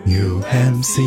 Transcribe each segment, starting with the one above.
UMC。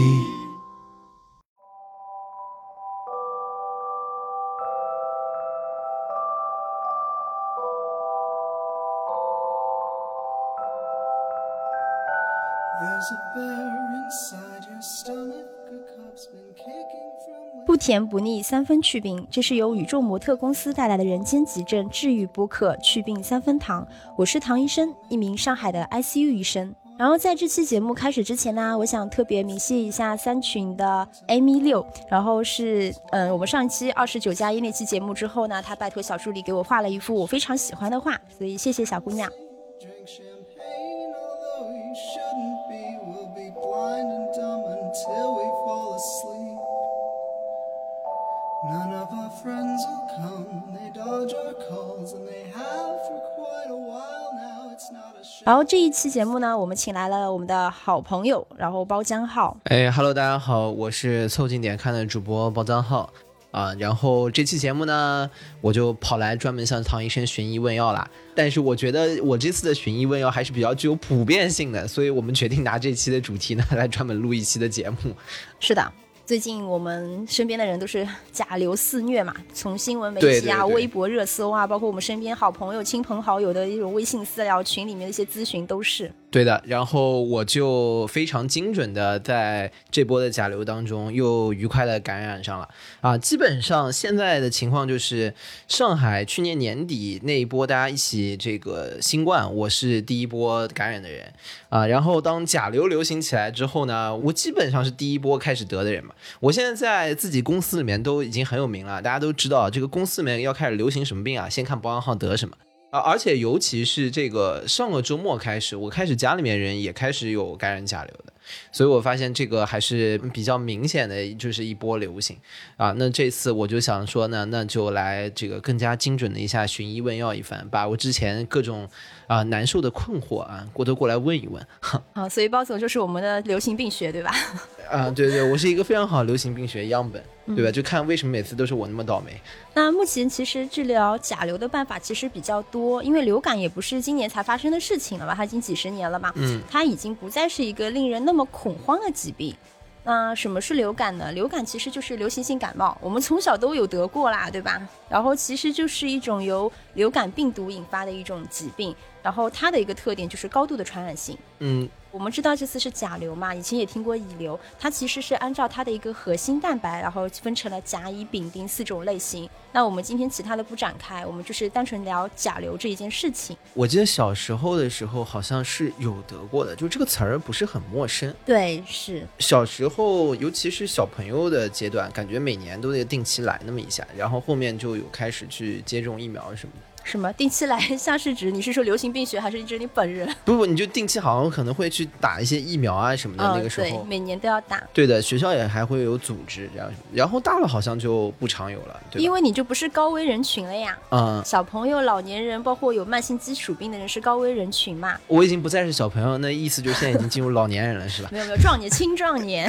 不甜不腻三分祛病，这是由宇宙模特公司带来的人间急症治愈播客祛病三分糖。我是唐医生，一名上海的 ICU 医生。然后在这期节目开始之前呢，我想特别鸣谢一下三群的 Amy 6，然后是我们上一期29+1那期节目之后呢，她拜托小助理给我画了一幅我非常喜欢的画，所以谢谢小姑娘。None of our friends will come, they dodge our calls and they have for quite a while now, it's not a show. 然后这一期节目呢，我们请来了我们的好朋友，然后包江浩。 Hello 大家好，我是凑近点看的主播包江浩然后这期节目呢，我就跑来专门向唐医生寻医问药啦。但是我觉得我这次的寻医问药还是比较具有普遍性的，所以我们决定拿这期的主题呢来专门录一期的节目。是的。最近我们身边的人都是甲流肆虐嘛，从新闻媒体啊、微博热搜啊，包括我们身边好朋友、亲朋好友的一种微信私聊群里面的一些咨询都是。 对的，然后我就非常精准的在这波的甲流当中又愉快的感染上了基本上现在的情况就是上海去年年底那一波大家一起这个新冠，我是第一波感染的人然后当甲流流行起来之后呢，我基本上是第一波开始得的人嘛。我现在在自己公司里面都已经很有名了，大家都知道这个公司里面要开始流行什么病先看包江浩得什么而且尤其是这个上个周末开始，我开始家里面人也开始有感染甲流的，所以我发现这个还是比较明显的，就是一波流行那这次我就想说呢，那就来这个更加精准的一下寻医问药一番，把我之前各种难受的困惑我都过来问一问所以包总就是我们的流行病学对吧对对，我是一个非常好的流行病学样本对吧？就看为什么每次都是我那么倒霉。 那目前其实治疗甲流的办法其实比较多，因为流感也不是今年才发生的事情了吧，它已经几十年了嘛它已经不再是一个令人那么恐慌的疾病。那什么是流感呢？流感其实就是流行性感冒，我们从小都有得过啦，对吧？然后其实就是一种由流感病毒引发的一种疾病，然后它的一个特点就是高度的传染性。我们知道这次是甲流嘛，以前也听过乙流，它其实是按照它的一个核心蛋白，然后分成了甲、乙、丙、丁4种类型。那我们今天其他的不展开，我们就是单纯聊甲流这一件事情。 我记得小时候的时候好像是有得过的，就这个词儿不是很陌生。 对，是小时候尤其是小朋友的阶段，感觉每年都得定期来那么一下，然后后面就有开始去接种疫苗什么的。 什么定期来像是指你是说流行病学还是指你本人？ 不，你就定期好像可能会去打一些疫苗什么的那个时候对，每年都要打。 对的，学校也还会有组织这样，然后大了好像就不常有了，对吧？ 因为你就不是高危人群了呀小朋友、老年人，包括有慢性基础病的人是高危人群嘛。 我已经不再是小朋友，那意思就是现在已经进入老年人了是吧？ 没有壮年、青壮年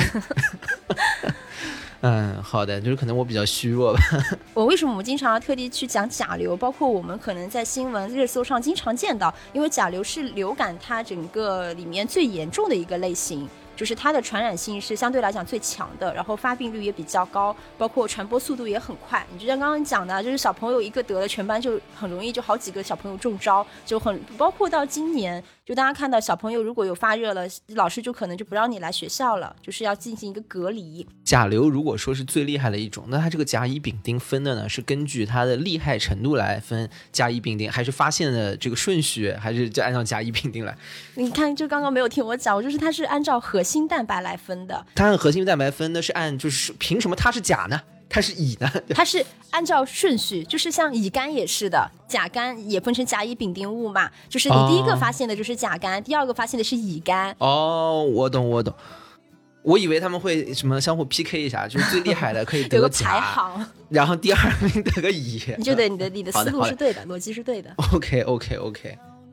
好的，就是可能我比较虚弱吧。 为什么我们经常要特地去讲甲流，包括我们可能在新闻热搜上经常见到，因为甲流是流感它整个里面最严重的一个类型，就是它的传染性是相对来讲最强的，然后发病率也比较高，包括传播速度也很快。你就像刚刚讲的，就是小朋友一个得了，全班就很容易就好几个小朋友中招，就很包括到今年，就大家看到小朋友如果有发热了，老师就可能就不让你来学校了，就是要进行一个隔离。 甲流如果说是最厉害的一种，那它这个甲乙丙丁分的呢，是根据它的厉害程度来分甲乙丙丁，还是发现的这个顺序，还是就按照甲乙丙丁来？ 你看，就刚刚没有听我讲，我就是它是按照核心蛋白来分的。 它按核心蛋白分的是按就是凭什么它是甲呢？它是乙呢？ 它是按照顺序，就是像乙肝也是的，甲肝也分成甲乙丙丁戊嘛，就是你第一个发现的就是甲肝，第二个发现的是乙肝。 我懂。我以为他们会什么相互 PK 一下，就是最厉害的可以得个甲， 有个排行， 然后第二名得个乙。 你就对你的思路是对的，逻辑是对的。 OK。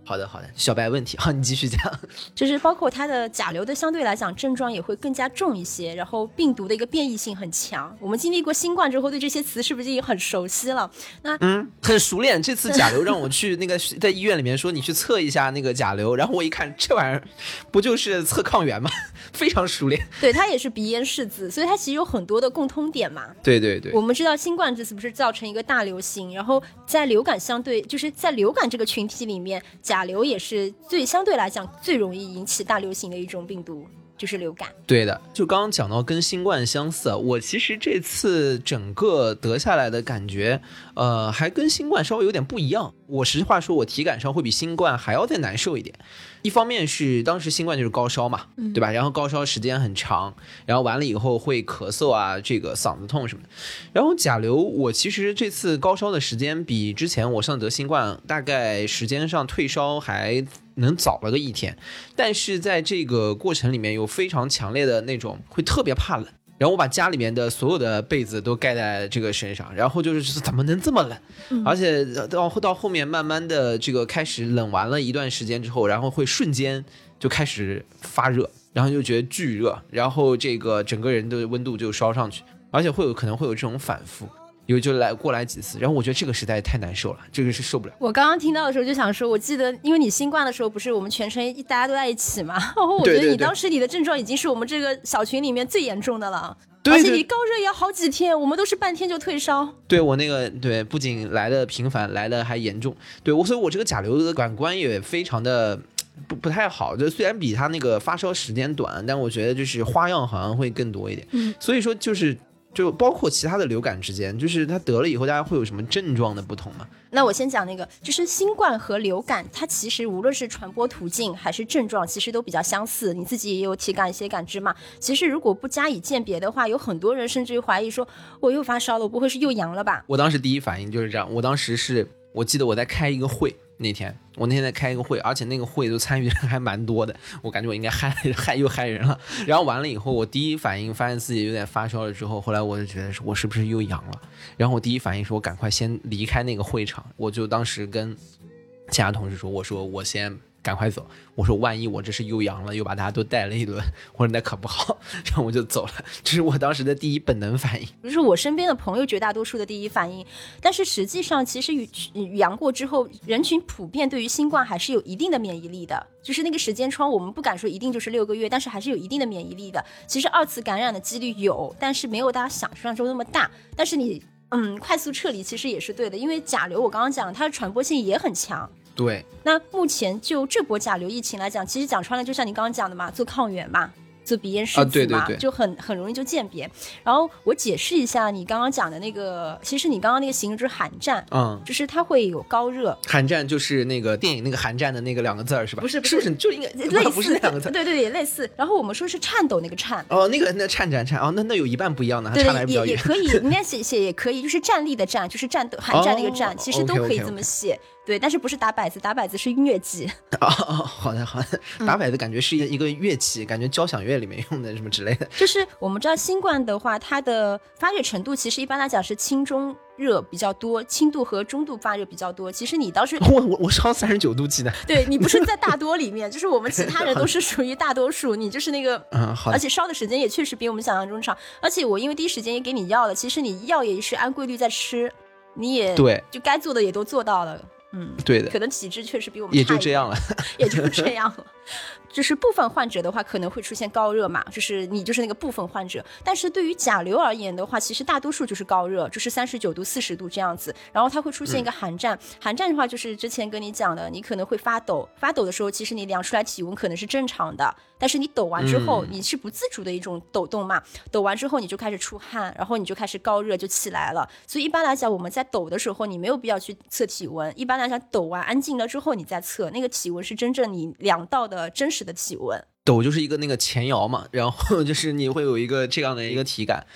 好的，小白问题，好，你继续讲。 就是包括它的甲流的相对来讲症状也会更加重一些，然后病毒的一个变异性很强。我们经历过新冠之后，对这些词是不是已经很熟悉了？ 很熟练。这次甲流让我去那个在医院里面说你去测一下那个甲流，然后我一看这玩意儿不就是测抗原吗？非常熟练。 对，它也是鼻咽拭子，所以它其实有很多的共通点嘛。 对， 我们知道新冠这次不是造成一个大流行，然后在流感就是在流感这个群体里面，甲流也是相对来讲最容易引起大流行的一种病毒，就是流感。 对的，就刚刚讲到跟新冠相似，我其实这次整个得下来的感觉还跟新冠稍微有点不一样。我实话说，我体感上会比新冠还要再难受一点。一方面是当时新冠就是高烧嘛，对吧？然后高烧时间很长，然后完了以后会咳嗽啊，这个嗓子痛什么的。然后甲流，我其实这次高烧的时间比之前我上得新冠大概时间上退烧还能早了个1天，但是在这个过程里面有非常强烈的那种会特别怕冷。然后我把家里面的所有的被子都盖在这个身上，然后就是怎么能这么冷？而且到后面慢慢的这个开始冷完了一段时间之后，然后会瞬间就开始发热，然后就觉得巨热，然后这个整个人的温度就烧上去，而且可能会有这种反复。就过来几次，然后我觉得这个实在太难受了，这个是受不了。 我刚刚听到的时候就想说，我记得因为你新冠的时候不是我们全程大家都在一起嘛，然后我觉得你当时你的症状已经是我们这个小群里面最严重的了。对，而且你高热也要好几天，我们都是半天就退烧。 对，我那个不仅来的频繁，来的还严重。对，所以我这个甲流的感官也非常的不太好，就虽然比他那个发烧时间短，但我觉得就是花样好像会更多一点。所以说就包括其他的流感之间，就是它得了以后大家会有什么症状的不同吗？ 那我先讲那个，就是新冠和流感，它其实无论是传播途径还是症状，其实都比较相似。你自己也有体感一些感知嘛。其实如果不加以鉴别的话，有很多人甚至于怀疑说，我又发烧了，我不会是又阳了吧？ 我当时第一反应就是这样。我记得我在开一个会，我那天在开一个会，而且那个会都参与人还蛮多的，我感觉我应该又害人了。然后完了以后，我第一反应发现自己有点发烧了之后，后来我就觉得我是不是又阳了？然后我第一反应是我赶快先离开那个会场，我就当时跟其他同事说，我说我先赶快走，我说万一我这是又阳了，又把大家都带了一轮，我说那可不好，然后我就走了。这是我当时的第一本能反应， 就是我身边的朋友绝大多数的第一反应。但是实际上其实阳过之后，人群普遍对于新冠还是有一定的免疫力的，就是那个时间窗我们不敢说一定就是6个月，但是还是有一定的免疫力的。其实2次感染的几率有，但是没有大家想象中那么大。但是你快速撤离其实也是对的，因为甲流我刚刚讲它的传播性也很强。 对， 那目前就这波甲流疫情来讲，其实讲穿了就像你刚刚讲的嘛，做抗原嘛，做鼻咽拭子嘛， 对， 就很容易就鉴别。然后我解释一下你刚刚讲的那个，其实你刚刚那个形容就是寒战，就是它会有高热。 寒战就是那个电影那个寒战的那个2个字是吧？ 不是就应该类似， 不是那2个字。 对，也类似。然后我们说是颤抖那个颤。 那颤那有一半不一样的，它差的还比较远。 也可以，应该写也可以，就是站立的站，就是战斗寒战那个战，其实都可以这么写。对，但是不是打摆子，打摆子是音乐季。 好的，打摆子感觉是一个乐器，感觉交响乐里面用的什么之类的。 就是我们知道新冠的话，它的发热程度其实一般来讲是轻中热比较多，轻度和中度发热比较多。其实你倒是我烧39度记得。 对，你不是在大多里面，就是我们其他人都是属于大多数，你就是那个好， 而且烧的时间也确实比我们想象中长。而且我因为第一时间也给你药了，其实你药也是按规律在吃，你也对， 就该做的也都做到了。 对的， 可能体质确实比我们差也就这样了， 也就这样了。就是部分患者的话可能会出现高热嘛，就是你就是那个部分患者。但是对于甲流而言的话，其实大多数就是高热，就是39度、40度这样子。然后它会出现一个寒战，寒战的话就是之前跟你讲的，你可能会发抖，发抖的时候其实你量出来体温可能是正常的，但是你抖完之后，你是不自主的一种抖动嘛，抖完之后你就开始出汗，然后你就开始高热就起来了。所以一般来讲我们在抖的时候你没有必要去测体温，一般来讲抖完安静了之后你再测，那个体温是真正你量到的真实的体温。 抖就是一个那个前摇嘛，然后就是你会有一个这样的一个体感。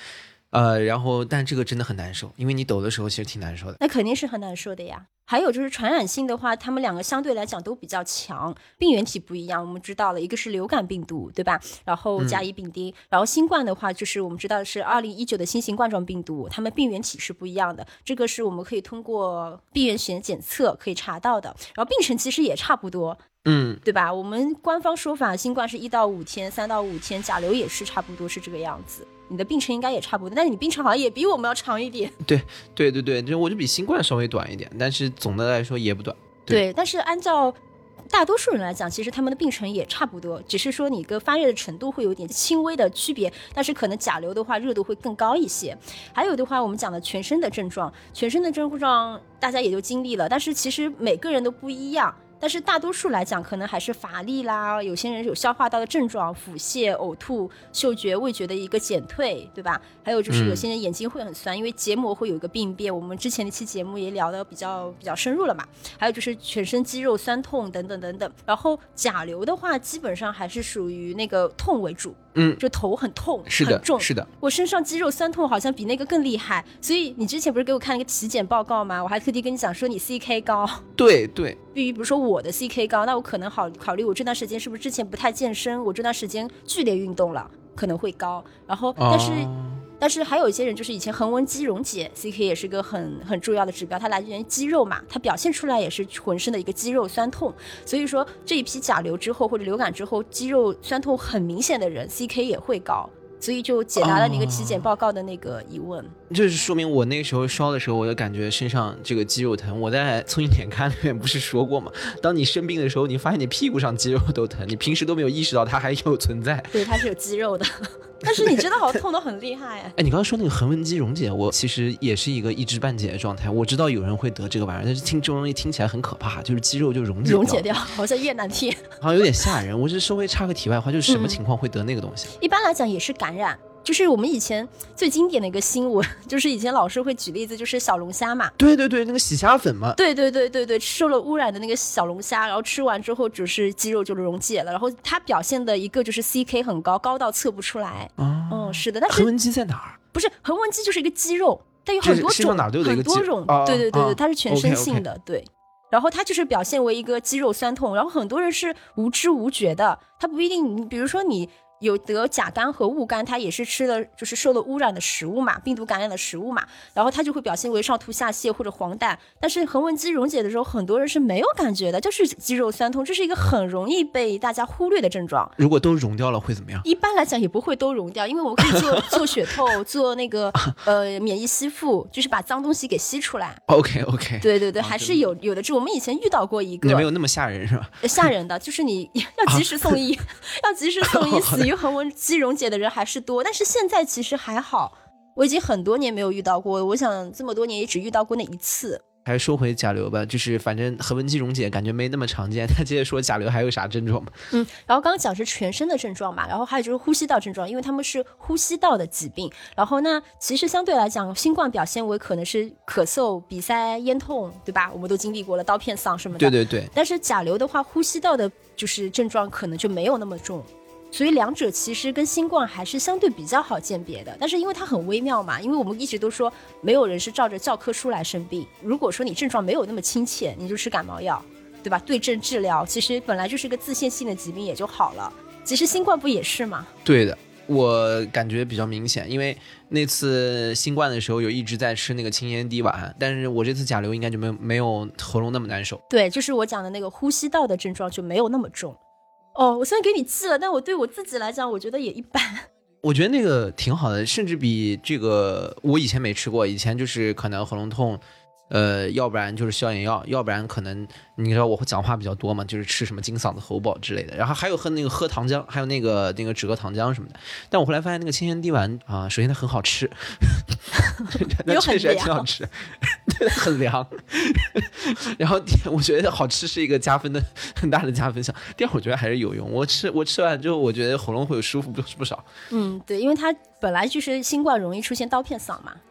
然后但这个真的很难受，因为你抖的时候其实挺难受的。 那肯定是很难受的呀。还有就是传染性的话，他们两个相对来讲都比较强，病原体不一样，我们知道了，一个是流感病毒，对吧？然后甲乙丙丁，然后新冠的话，就是我们知道的是2019的新型冠状病毒，它们病原体是不一样的，这个是我们可以通过病原学检测可以查到的。然后病程其实也差不多，对吧？我们官方说法，新冠是1到5天，3到5天，甲流也是差不多是这个样子。你的病程应该也差不多，但是你病程好像也比我们要长一点。 对，就我就比新冠稍微短一点，但是总的来说也不短。 对，但是按照大多数人来讲，其实他们的病程也差不多，只是说你个发热的程度会有点轻微的区别，但是可能甲流的话热度会更高一些。还有的话，我们讲的全身的症状大家也就经历了，但是其实每个人都不一样。但是大多数来讲可能还是乏力啦，有些人有消化道的症状，腹泻、呕吐、嗅觉味觉的一个减退，对吧？还有就是有些人眼睛会很酸，因为结膜会有一个病变，我们之前的一期节目也聊得比较深入了嘛。还有就是全身肌肉酸痛等等等等。然后甲流的话基本上还是属于那个痛为主，就头很痛，很重。是的，我身上肌肉酸痛好像比那个更厉害，所以你之前不是给我看那个体检报告吗？我还特地跟你讲说你 CK 高。 对， 比如说我的 CK 高，那我可能考虑我这段时间是不是之前不太健身，我这段时间剧烈运动了可能会高。然后但是还有一些人就是以前横纹肌溶解 CK 也是个很重要的指标，它来源于肌肉嘛，它表现出来也是浑身的一个肌肉酸痛。所以说这一批甲流之后或者流感之后肌肉酸痛很明显的人 CK 也会高，所以就解答了你一个体检报告的那个疑问。 就是说明我那个时候烧的时候，我就感觉身上这个肌肉疼。我在从眼看里面不是说过吗？当你生病的时候，你发现你屁股上肌肉都疼，你平时都没有意识到它还有存在。 对，它是有肌肉的。但是你真的好像痛得很厉害哎！ 你刚刚说那个横纹肌溶解，我其实也是一个一知半解的状态。我知道有人会得这个玩意儿，但是这种东西听起来很可怕，就是肌肉就溶解掉， 好像越难听， 好像有点吓人。我是稍微插个题外话，就是什么情况会得那个东西？ 一般来讲也是感染。就是我们以前最经典的一个新闻，就是以前老师会举例子，就是小龙虾嘛。 对，那个洗虾粉嘛。对， 受了污染的那个小龙虾，然后吃完之后只是肌肉就溶解了，然后它表现的一个就是 CK 很高，高到测不出来。是的。但是横纹肌在哪儿？ 不是，横纹肌就是一个肌肉，但有很多种， 身上哪都有一个肌肉， 很多种。对，它是全身性的。对。然后它就是表现为一个肌肉酸痛，然后很多人是无知无觉的，他不一定，比如说你有得甲肝和戊肝，它也是吃了就是受了污染的食物嘛，病毒感染的食物嘛，然后它就会表现为上吐下泻或者黄疸。但是横纹肌溶解的时候，很多人是没有感觉的，就是肌肉酸痛，这是一个很容易被大家忽略的症状。 如果都溶掉了会怎么样？ 一般来讲也不会都溶掉，因为我们可以做血透，做那个免疫吸附，就是把脏东西给吸出来。 OK。 对，还是有的。我们以前遇到过一个， 也没有那么吓人是吧？ 吓人的，就是你要及时送医，要及时送医，死于横纹肌溶解的人还是多，但是现在其实还好，我已经很多年没有遇到过，我想这么多年也只遇到过那一次。 还是说回甲流吧，就是反正横纹肌溶解感觉没那么常见，那接着说甲流还有啥症状吗？ 然后刚刚讲是全身的症状嘛，然后还有就是呼吸道症状，因为他们是呼吸道的疾病。然后呢，其实相对来讲，新冠表现为可能是咳嗽、鼻塞、咽痛，对吧？我们都经历过了，刀片嗓什么的。 对。 但是甲流的话，呼吸道的就是症状可能就没有那么重。所以两者其实跟新冠还是相对比较好鉴别的，但是因为它很微妙嘛，因为我们一直都说没有人是照着教科书来生病，如果说你症状没有那么亲切，你就吃感冒药，对吧？对症治疗，其实本来就是个自限性的疾病也就好了。其实新冠不也是吗？ 对的，我感觉比较明显，因为那次新冠的时候有一直在吃那个清咽滴丸，但是我这次甲流应该就没有喉咙那么难受。 对，就是我讲的那个呼吸道的症状就没有那么重。我虽然给你记了，但我对我自己来讲我觉得也一般。 我觉得那个挺好的，甚至比这个我以前没吃过，以前就是可能喉咙痛要不然就是消炎药，要不然可能你知道我会讲话比较多嘛，就是吃什么金嗓子喉宝之类的，然后还有喝糖浆，还有那个止咳糖浆什么的。但我后来发现那个清咽滴丸啊，首先它很好吃，那确实还挺好吃，对，很凉。然后我觉得好吃是一个加分的很大的加分项。第二，我觉得还是有用。我吃完之后，我觉得喉咙会有舒服不少。 对，因为它本来就是新冠容易出现刀片嗓嘛。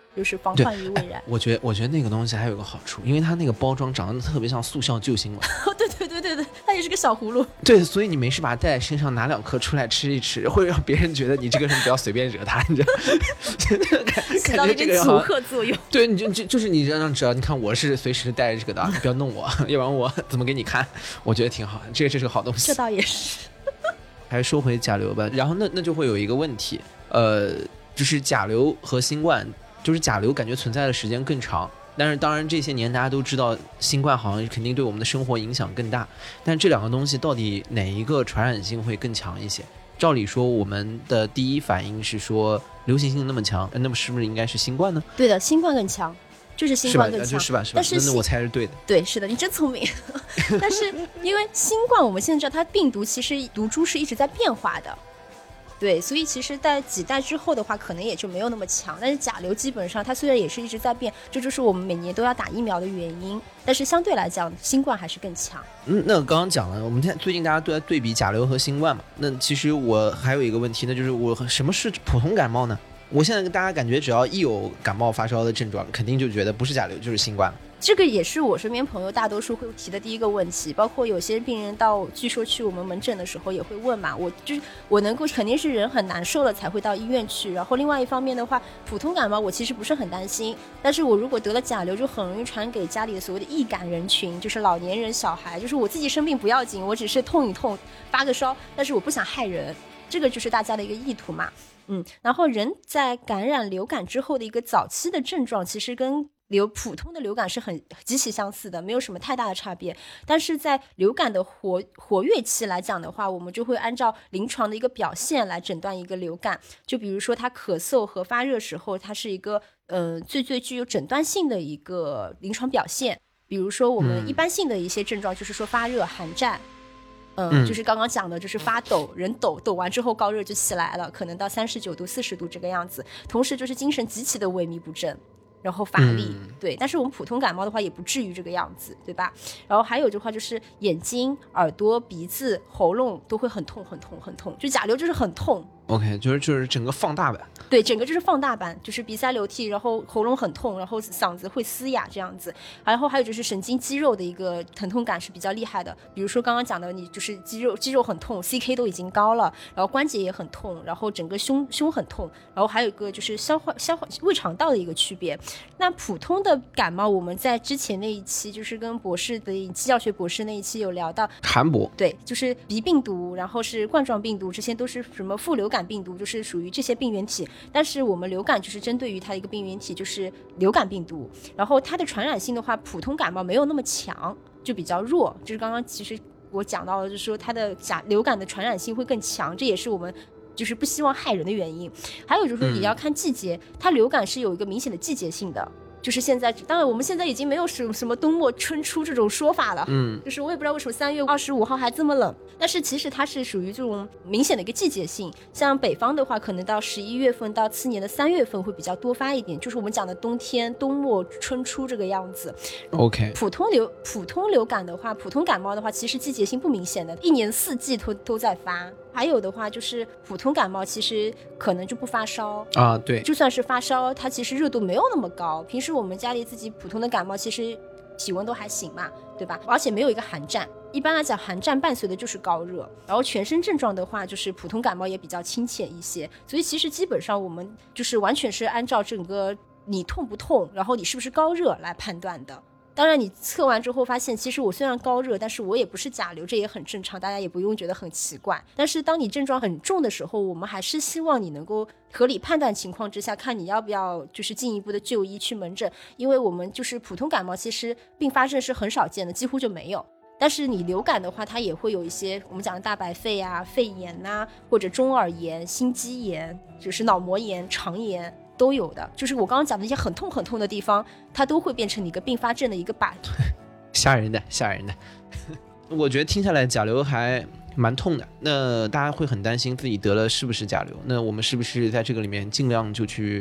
就是防患于未然。 我觉得那个东西还有个好处，因为它那个包装长得特别像速效救心丸。 对，它也是个小葫芦。 对，所以你没事把它带在身上，拿2颗出来吃一吃，会让别人觉得你这个人不要随便惹他，你知道？ 起到一点阻吓作用。 对，你就是你让知道，你看我是随时带着这个的，你不要弄我，要不然我怎么给你看？我觉得挺好，这是个好东西。 这倒也是。 还说回甲流吧，然后那就会有一个问题，就是甲流和新冠，就是甲流感觉存在的时间更长。但是当然这些年大家都知道新冠好像肯定对我们的生活影响更大，但这2个东西到底哪一个传染性会更强一些？照理说我们的第一反应是说流行性那么强，那么是不是应该是新冠呢？ 对的，新冠更强，就是新冠更强， 是吧？ 但是那我猜是对的。 对，是的，你真聪明。但是因为新冠我们现在知道它病毒其实毒株是一直在变化的，对，所以其实在几代之后的话可能也就没有那么强，但是甲流基本上它虽然也是一直在变，这就是我们每年都要打疫苗的原因，但是相对来讲新冠还是更强。 那刚刚讲了，我们最近大家都在对比甲流和新冠嘛，那其实我还有一个问题，那就是什么是普通感冒呢？我现在大家感觉只要一有感冒发烧的症状，肯定就觉得不是甲流就是新冠了。 这个也是我身边朋友大多数会提的第一个问题，包括有些病人据说去我们门诊的时候也会问嘛，我能够肯定是人很难受了才会到医院去，然后另外一方面的话，普通感冒我其实不是很担心，但是我如果得了甲流就很容易传给家里的所谓的易感人群，就是老年人小孩，就是我自己生病不要紧，我只是痛一痛发个烧，但是我不想害人，这个就是大家的一个意图嘛。然后人在感染流感之后的一个早期的症状其实跟普通的流感是极其相似的，没有什么太大的差别，但是在流感的活跃期来讲的话，我们就会按照临床的一个表现来诊断一个流感，就比如说他咳嗽和发热时候，它是一个最具有诊断性的一个临床表现，比如说我们一般性的一些症状就是说发热寒战，就是刚刚讲的就是发抖，人抖完之后高热就起来了，可能到39度40度这个样子，同时就是精神极其的萎靡不振，然后乏力，对，但是我们普通感冒的话也不至于这个样子，对吧？然后还有的话就是眼睛、耳朵、鼻子、喉咙都会很痛，就甲流就是很痛。 OK， 就是整个放大版。 对，整个就是放大版，就是鼻塞流涕，然后喉咙很痛，然后嗓子会嘶哑这样子。然后还有就是神经肌肉的一个疼痛感是比较厉害的，比如说刚刚讲的，你就是肌肉很痛 ，CK 都已经高了，然后关节也很痛，然后整个胸很痛，然后还有一个就是消化胃肠道的一个区别。那普通的感冒，我们在之前那一期就是跟博士的剂教学博士那一期有聊到， 韩博， 对，就是鼻病毒，然后是冠状病毒，这些都是什么副流感病毒，就是属于这些病原体。但是我们流感就是针对于它的一个病原体，就是流感病毒。然后它的传染性的话，普通感冒没有那么强，就比较弱。就是刚刚其实我讲到了，就是说它的流感的传染性会更强，这也是我们就是不希望害人的原因。还有就是说也要看季节，它流感是有一个明显的季节性的。就是现在，当然我们现在已经没有什么冬末春初这种说法了，就是我也不知道为什么3月25号还这么冷，但是其实它是属于这种明显的一个季节性，像北方的话可能到11月份到次年的3月份会比较多发一点，就是我们讲的冬天冬末春初这个样子。 OK， 普通流感的话，普通感冒的话其实季节性不明显的，一年四季都在发。还有的话就是普通感冒其实可能就不发烧啊，对， 就算是发烧它其实热度没有那么高，平时我们家里自己普通的感冒其实体温都还行嘛，对吧？而且没有一个寒战，一般来讲寒战伴随的就是高热，然后全身症状的话就是普通感冒也比较清浅一些，所以其实基本上我们就是完全是按照整个你痛不痛，然后你是不是高热来判断的。当然你测完之后发现其实我虽然高热，但是我也不是甲流，这也很正常，大家也不用觉得很奇怪。但是当你症状很重的时候，我们还是希望你能够合理判断情况之下，看你要不要就是进一步的就医去门诊，因为我们就是普通感冒其实并发症是很少见的，几乎就没有。但是你流感的话，它也会有一些我们讲的大白肺啊、肺炎啊，或者中耳炎、心肌炎，就是脑膜炎、肠炎都有的，就是我刚刚讲的一些很痛很痛的地方，它都会变成一个并发症的一个靶。 吓人的。我觉得听下来甲流还蛮痛的，那大家会很担心自己得了是不是甲流，那我们是不是在这个里面尽量就去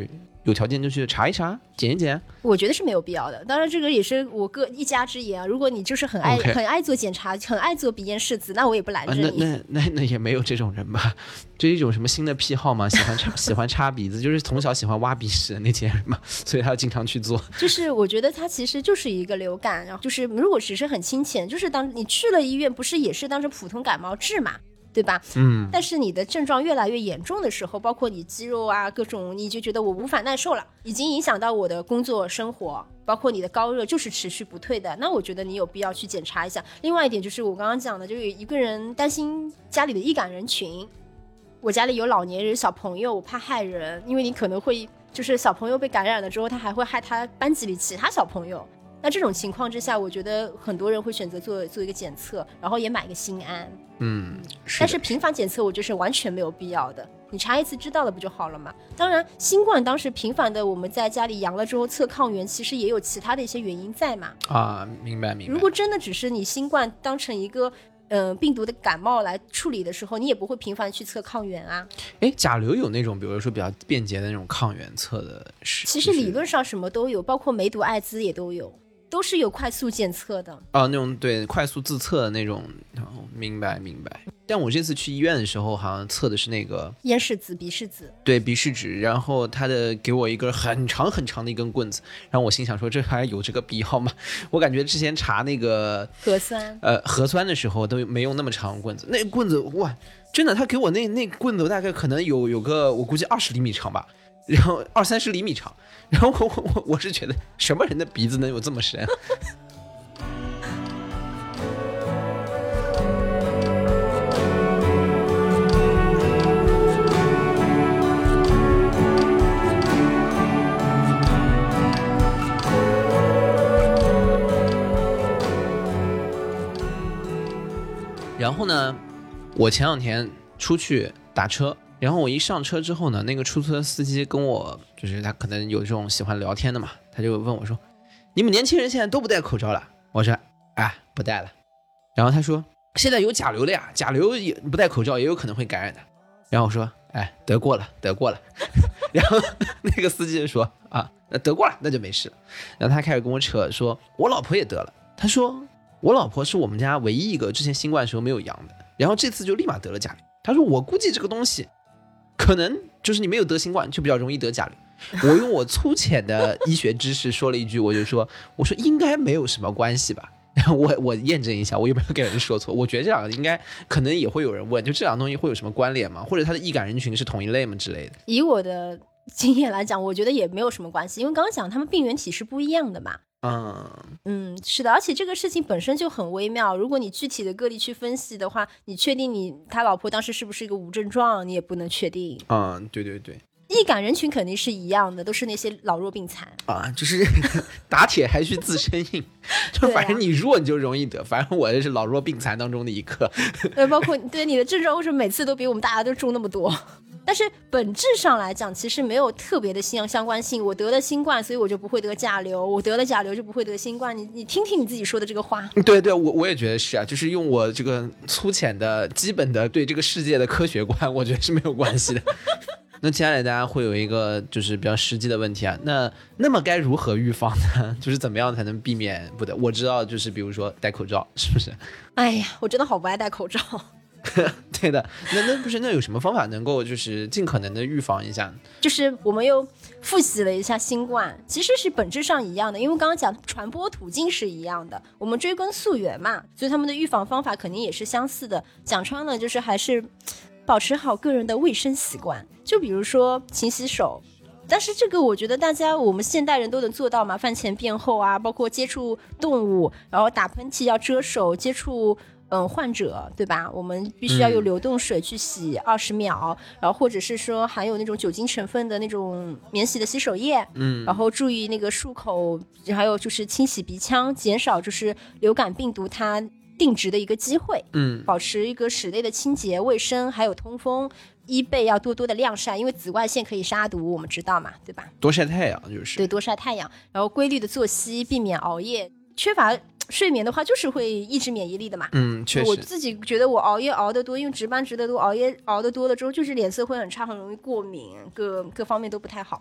有条件就去查一查检一检？ 我觉得是没有必要的。当然这个也是我一家之言啊，如果你就是很爱做检查，很爱做鼻咽拭子，那我也不拦着你。 那也没有这种人吧？这是一种什么新的癖好吗？喜欢插鼻子，就是从小喜欢挖鼻屎的那些人嘛，所以他经常去做。 就是我觉得他其实就是一个流感，然后就是如果只是很清浅，就是当你去了医院，不是也是当成普通感冒治嘛，对吧？但是你的症状越来越严重的时候，包括你肌肉啊各种，你就觉得我无法耐受了，已经影响到我的工作生活，包括你的高热就是持续不退的，那我觉得你有必要去检查一下。另外一点就是我刚刚讲的，就有一个人担心家里的易感人群，我家里有老年人小朋友，我怕害人，因为你可能会就是小朋友被感染了之后，他还会害他班级里其他小朋友。那这种情况之下，我觉得很多人会选择做一个检测，然后也买个心安。但是频繁检测我觉得是完全没有必要的，你查一次知道了不就好了嘛？当然新冠当时频繁的我们在家里阳了之后测抗原，其实也有其他的一些原因在嘛。 明白。 如果真的只是你新冠当成一个病毒的感冒来处理的时候，你也不会频繁去测抗原啊。 甲流有那种比如说比较便捷的那种抗原测的其实理论上什么都有，包括梅毒艾滋也都有，都是有快速检测的。 那种对快速自测的那种。明白。但我这次去医院的时候好像测的是那个咽拭子鼻拭子， 对鼻拭子，然后他给我一根很长很长的一根棍子，然后我心想说这还有这个必要吗？我感觉之前查那个核酸的时候都没用那么长棍子，那棍子哇真的他给我那棍子大概可能有个我估计20厘米长吧，然后20-30厘米长，然后我是觉得什么人的鼻子能有这么深？然后呢，我前2天出去打车，然后我一上车之后呢，那个出租车司机跟我，就是他可能有这种喜欢聊天的嘛，他就问我说：“你们年轻人现在都不戴口罩了？”我说：“不戴了。”然后他说：“现在有甲流的呀，甲流也不戴口罩也有可能会感染的。”然后我说：“得过了。”然后那个司机就说：“得过了，那就没事了。”然后他开始跟我扯说：“我老婆也得了。”他说。我老婆是我们家唯一一个之前新冠时候没有阳的，然后这次就立马得了甲流。他说我估计这个东西可能就是你没有得新冠就比较容易得甲流。我用我粗浅的医学知识说了一句，我说应该没有什么关系吧。然后我验证一下，我有没有给人说错？我觉得这两个应该可能也会有人问，就这两个东西会有什么关联吗？或者它的易感人群是同一类吗之类的？ 以我的经验来讲，我觉得也没有什么关系，因为刚刚讲他们病原体是不一样的嘛。是的，而且这个事情本身就很微妙。如果你具体的个例去分析的话，你确定他老婆当时是不是一个无症状，你也不能确定。 对， 易感人群肯定是一样的，都是那些老弱病残就是打铁还需自身硬，就反正你弱你就容易得，反正我是老弱病残当中的一个。 包括对你的症状为什么每次都比我们大家都重那么多？但是本质上来讲其实没有特别的相关性。我得了新冠所以我就不会得甲流，我得了甲流就不会得新冠，你听听你自己说的这个话。 对，我也觉得是就是用我这个粗浅的基本的对这个世界的科学观，我觉得是没有关系的。那接下来大家会有一个就是比较实际的问题那么该如何预防呢？就是怎么样才能避免不得？我知道就是比如说戴口罩，是不是？ 我真的好不爱戴口罩。 对的，那有什么方法能够就是尽可能的预防一下？ 就是我们又复习了一下新冠，其实是本质上一样的，因为刚刚讲传播途径是一样的，我们追根溯源嘛，所以他们的预防方法肯定也是相似的。讲穿了就是还是保持好个人的卫生习惯，就比如说勤洗手。但是这个我觉得我们现代人都能做到嘛，饭前便后包括接触动物，然后打喷嚏要遮手，接触患者对吧，我们必须要用流动水去洗20秒，然后或者是说含有那种酒精成分的那种免洗的洗手液，然后注意那个漱口，还有就是清洗鼻腔，减少就是流感病毒它定植的一个机会，保持一个室内的清洁卫生还有通风，衣被要多多的晾晒，因为紫外线可以杀毒，我们知道嘛，对吧？ 多晒太阳就是对，多晒太阳，然后规律的作息，避免熬夜，缺乏睡眠的话就是会抑制免疫力的嘛。 确实。 我自己觉得我熬夜熬得多，因为值班值得多，熬夜熬得多了之后就是脸色会很差，很容易过敏，各方面都不太好。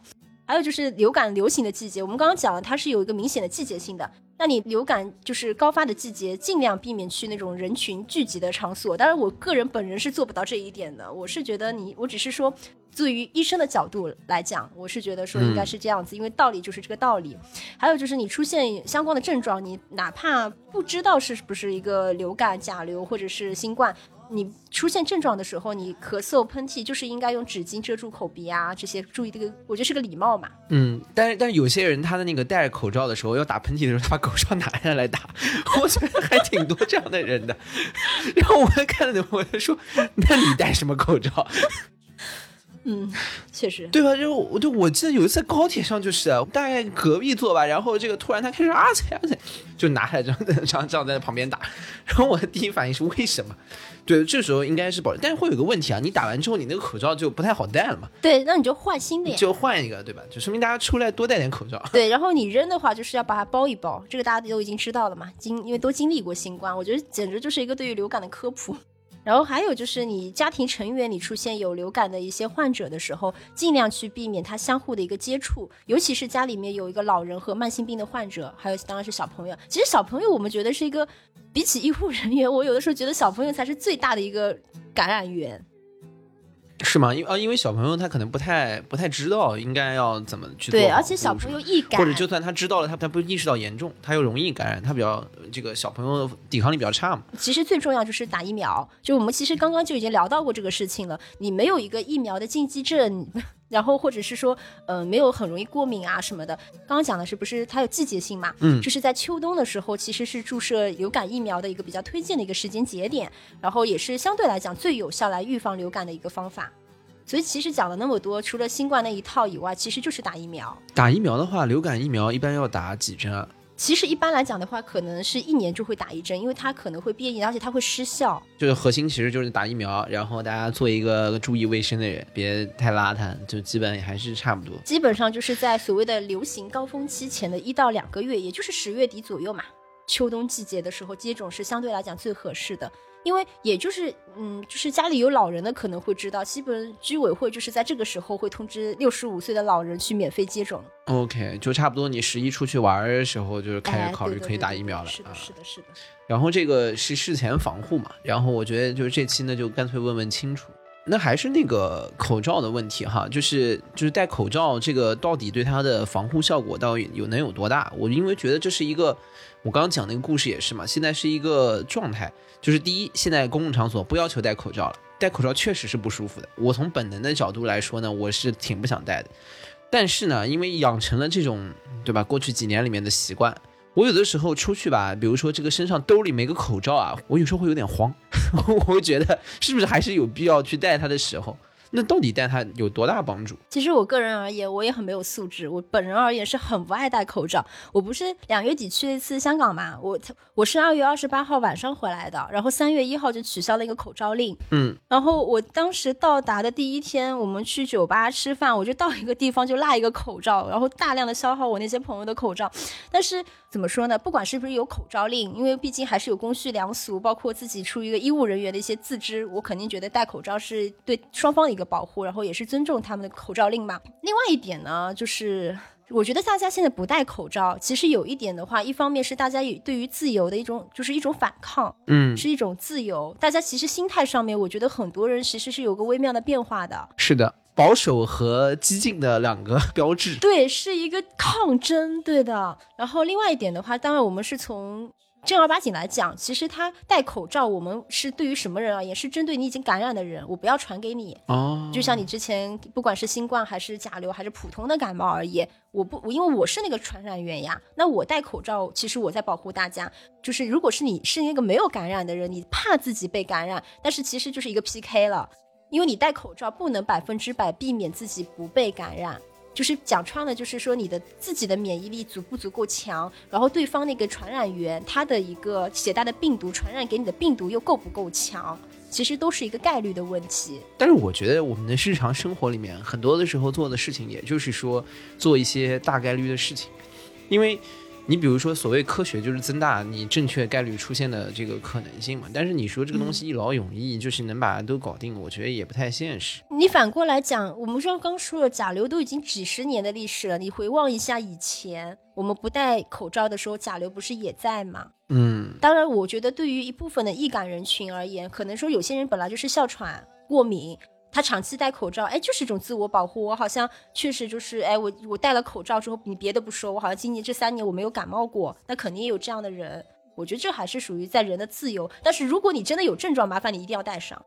还有就是流感流行的季节，我们刚刚讲了，它是有一个明显的季节性的。那你流感就是高发的季节，尽量避免去那种人群聚集的场所。当然，我个人本人是做不到这一点的。我是觉得我只是说，作为医生的角度来讲，我是觉得说应该是这样子，因为道理就是这个道理。还有就是你出现相关的症状，你哪怕不知道是不是一个流感、甲流或者是新冠，你出现症状的时候，你咳嗽、喷嚏，就是应该用纸巾遮住口鼻啊，这些注意这个，我觉得是个礼貌嘛。 但是有些人他的那个戴着口罩的时候要打喷嚏的时候，他把口罩拿下来打，我觉得还挺多这样的人的。然后我看了，我就说，那你戴什么口罩？ 确实， 对吧？我记得有一次高铁上，就是大概隔壁座吧，然后这个突然他开始就拿下来这样在旁边打，然后我的第一反应是为什么？对，这时候应该是保证，但是会有个问题啊，你打完之后你那个口罩就不太好戴了嘛。 对，那你就换新的呀， 就换一个，对吧？就说明大家出来多戴点口罩。 对，然后你扔的话就是要把它包一包，这个大家都已经知道了嘛，因为都经历过新冠，我觉得简直就是一个对于流感的科普。然后还有就是你家庭成员里出现有流感的一些患者的时候，尽量去避免他相互的一个接触，尤其是家里面有一个老人和慢性病的患者，还有当然是小朋友。其实小朋友我们觉得是一个，比起医护人员，我有的时候觉得小朋友才是最大的一个感染源。 是吗？因为小朋友他可能不太知道应该要怎么去做。 对，而且小朋友易感， 或者就算他知道了，他不意识到严重，他又容易感染，他比较这个小朋友抵抗力比较差嘛。 其实最重要就是打疫苗，就我们其实刚刚就已经聊到过这个事情了。你没有一个疫苗的禁忌症，然后或者是说没有很容易过敏啊什么的。刚刚讲的是不是它有季节性嘛？就是在秋冬的时候其实是注射流感疫苗的一个比较推荐的一个时间节点，然后也是相对来讲最有效来预防流感的一个方法。所以其实讲了那么多，除了新冠那一套以外，其实就是打疫苗。 打疫苗的话，流感疫苗一般要打几针啊？ 其实一般来讲的话，可能是1年就会打1针，因为它可能会变异，而且它会失效。 就是核心其实就是打疫苗，然后大家做一个注意卫生的人，别太邋遢，就基本还是差不多。 基本上就是在所谓的流行高峰期前的1到2个月，也就是10月底左右嘛，秋冬季节的时候接种是相对来讲最合适的。因为也就是就是家里有老人的可能会知道，基本居委会就是在这个时候会通知65岁的老人去免费接种。 OK， 就差不多你11出去玩的时候就是开始考虑可以打疫苗了。 是的是的是的。 然后这个是事前防护嘛，然后我觉得就是这期呢就干脆问清楚。那还是那个口罩的问题哈，就是戴口罩这个到底对它的防护效果到底能有多大？我因为觉得这是一个，我刚刚讲那个故事也是嘛，现在是一个状态，就是第一，现在公共场所不要求戴口罩了，戴口罩确实是不舒服的。我从本能的角度来说呢，我是挺不想戴的，但是呢，因为养成了这种对吧，过去几年里面的习惯。我有的时候出去吧，比如说这个身上兜里没个口罩啊，我有时候会有点慌，我会觉得是不是还是有必要去戴它的时候，那到底戴它有多大帮助？ 其实我个人而言，我也很没有素质。我本人而言是很不爱戴口罩。我不是2月底去了一次香港嘛，我是2月28号晚上回来的，然后3月1号就取消了一个口罩令。然后我当时到达的第一天，我们去酒吧吃饭，我就到一个地方就落一个口罩，然后大量的消耗我那些朋友的口罩。但是怎么说呢，不管是不是有口罩令，因为毕竟还是有公序良俗，包括自己出于一个医务人员的一些自知，我肯定觉得戴口罩是对双方的一个保护，然后也是尊重他们的口罩令嘛。另外一点呢，就是我觉得大家现在不戴口罩，其实有一点的话，一方面是大家对于自由的一种反抗，是一种自由。大家其实心态上面，我觉得很多人其实是有个微妙的变化的。 是的，保守和激进的2个标志。 对，是一个抗争，对的。然后另外一点的话，当然我们是从正儿八经来讲，其实他戴口罩，我们是对于什么人而言，是针对你已经感染的人，我不要传给你。就像你之前不管是新冠还是甲流还是普通的感冒而言，因为我是那个传染源呀，那我戴口罩，其实我在保护大家。就是如果是你是那个没有感染的人，你怕自己被感染，但是其实就是一个 PK 了，因为你戴口罩不能100%避免自己不被感染。就是讲穿了，就是说你的自己的免疫力足不足够强，然后对方那个传染源他的一个携带的病毒传染给你的病毒又够不够强，其实都是一个概率的问题。 但是我觉得我们的日常生活里面很多的时候做的事情，也就是说做一些大概率的事情，因为你比如说所谓科学就是增大你正确概率出现的这个可能性嘛，但是你说这个东西一劳永逸，就是能把它都搞定，我觉得也不太现实。 你反过来讲，我们刚说了，甲流都已经几十年的历史了，你回望一下以前我们不戴口罩的时候，甲流不是也在吗？当然我觉得对于一部分的易感人群而言，可能说有些人本来就是哮喘过敏，他长期戴口罩，就是一种自我保护。我好像确实就是，我戴了口罩之后，你别的不说，我好像今年这3年我没有感冒过，那肯定也有这样的人。我觉得这还是属于在人的自由。但是如果你真的有症状，麻烦你一定要戴上。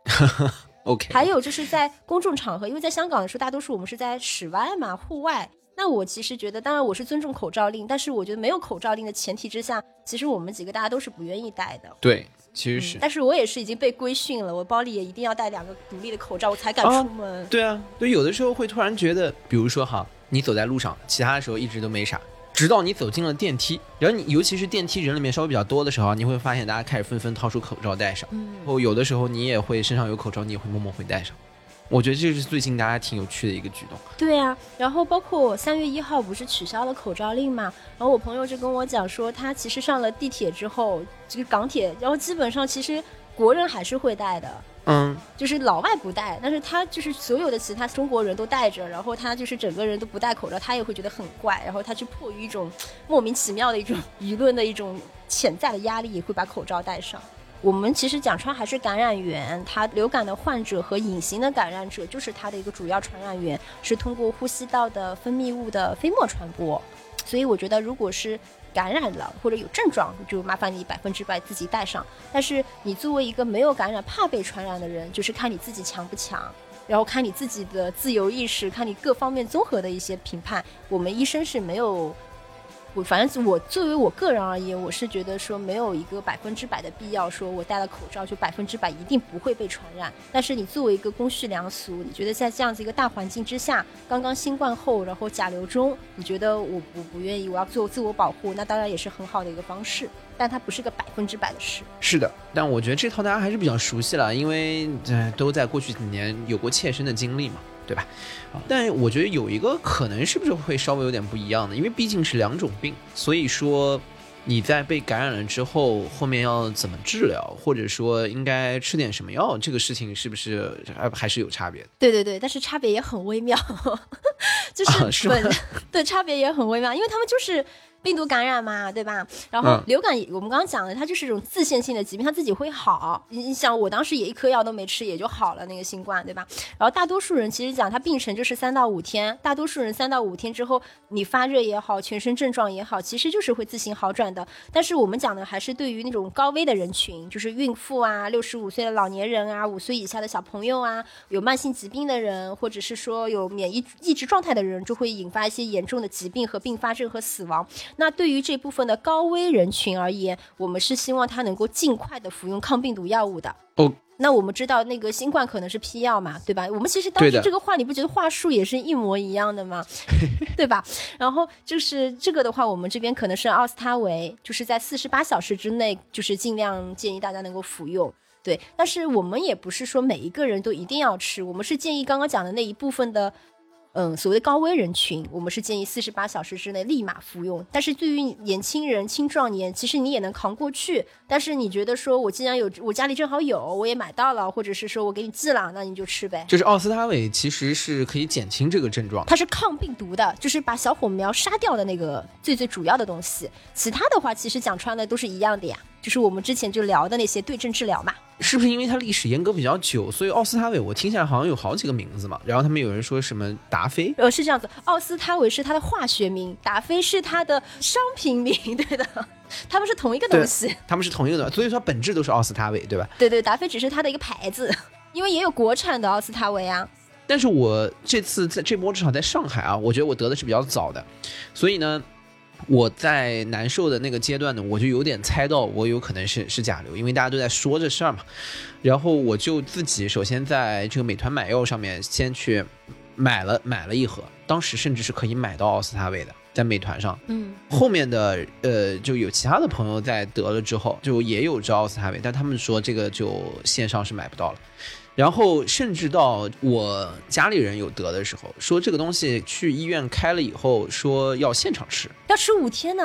OK。 还有就是在公众场合，因为在香港的时候，大多数我们是在室外嘛，户外。那我其实觉得，当然我是尊重口罩令，但是我觉得没有口罩令的前提之下，其实我们几个大家都是不愿意戴的。 对，其实是。 但是我也是已经被规训了，我包里也一定要带2个独立的口罩，我才敢出门。 对啊，对，有的时候会突然觉得，比如说哈，你走在路上，其他的时候一直都没啥，直到你走进了电梯，然后你尤其是电梯人里面稍微比较多的时候，你会发现大家开始纷纷掏出口罩戴上。然后有的时候你也会身上有口罩，你也会默默会戴上。我觉得这是最近大家挺有趣的一个举动。 对啊，然后包括我3月1号不是取消了口罩令嘛，然后我朋友就跟我讲说，他其实上了地铁之后，这个港铁，然后基本上其实国人还是会戴的，就是老外不戴，但是他就是所有的其他中国人都戴着，然后他就是整个人都不戴口罩，他也会觉得很怪，然后他就迫于一种莫名其妙的一种舆论的一种潜在的压力，也会把口罩戴上。我们其实讲穿还是感染源，它流感的患者和隐形的感染者就是它的一个主要传染源，是通过呼吸道的分泌物的飞沫传播。所以我觉得如果是感染了或者有症状，就麻烦你100%自己戴上。但是你作为一个没有感染怕被传染的人，就是看你自己强不强，然后看你自己的自由意识，看你各方面综合的一些评判。我们医生是没有，反正我作为我个人而言，我是觉得说没有一个100%的必要说我戴了口罩就100%一定不会被传染。但是你作为一个公序良俗，你觉得在这样子一个大环境之下，刚刚新冠后然后甲流中，你觉得我不愿意，我要做自我保护，那当然也是很好的一个方式，但它不是个100%的事。 是的，但我觉得这套大家还是比较熟悉了，因为都在过去几年有过切身的经历嘛，对吧？但我觉得有一个可能是不是会稍微有点不一样的，因为毕竟是2种病，所以说你在被感染了之后，后面要怎么治疗，或者说应该吃点什么药，这个事情是不是还是有差别的？ 对对对，但是差别也很微妙，就是对，差别也很微妙，因为他们就是病毒感染嘛，对吧？然后流感我们刚刚讲的，它就是一种自限性的疾病，它自己会好。你想，我当时也一颗药都没吃，也就好了那个新冠，对吧？然后大多数人其实讲，它病程就是3到5天，大多数人3到5天之后，你发热也好，全身症状也好，其实就是会自行好转的。但是我们讲的还是对于那种高危的人群，就是孕妇啊、65岁的老年人啊、5岁以下的小朋友啊、有慢性疾病的人，或者是说有免疫抑制状态的人，就会引发一些严重的疾病和并发症和死亡。那对于这部分的高危人群而言，我们是希望他能够尽快的服用抗病毒药物的。那我们知道那个新冠可能是批药嘛，对吧？我们其实当时这个话，你不觉得话术也是一模一样的吗？对吧？然后就是这个的话，我们这边可能是奥司他韦，就是在48小时之内，就是尽量建议大家能够服用。对，但是我们也不是说每一个人都一定要吃，我们是建议刚刚讲的那一部分的所谓的高危人群，我们是建议48小时之内立马服用。但是对于年轻人、青壮年，其实你也能扛过去。但是你觉得说我既然有，我家里正好有，我也买到了，或者是说我给你寄了，那你就吃呗。 就是奥司他韦其实是可以减轻这个症状， 它是抗病毒的，就是把小火苗杀掉的那个最主要的东西。其他的话其实讲穿的都是一样的呀，就是我们之前就聊的那些对症治疗嘛。 是不是因为它历史沿革比较久，所以奥司他韦我听起来好像有好几个名字嘛？然后他们有人说什么达菲， 是这样子，奥司他韦是它的化学名，达菲是它的商品名，对的，他们是同一个东西， 他们是同一个东西，所以说本质都是奥司他韦，对吧？ 对对，达菲只是它的一个牌子，因为也有国产的奥司他韦啊。 但是我这次在这波至少在上海啊，我觉得我得的是比较早的，所以呢我在难受的那个阶段呢，我就有点猜到我有可能是甲流，因为大家都在说这事儿嘛。然后我就自己首先在这个美团买药上面先去买了一盒，当时甚至是可以买到奥司他韦的，在美团上。后面的就有其他的朋友在得了之后，就也有知道奥司他韦，但他们说这个就线上是买不到了。然后甚至到我家里人有得的时候，说这个东西去医院开了以后，说要现场吃， 要吃5天呢。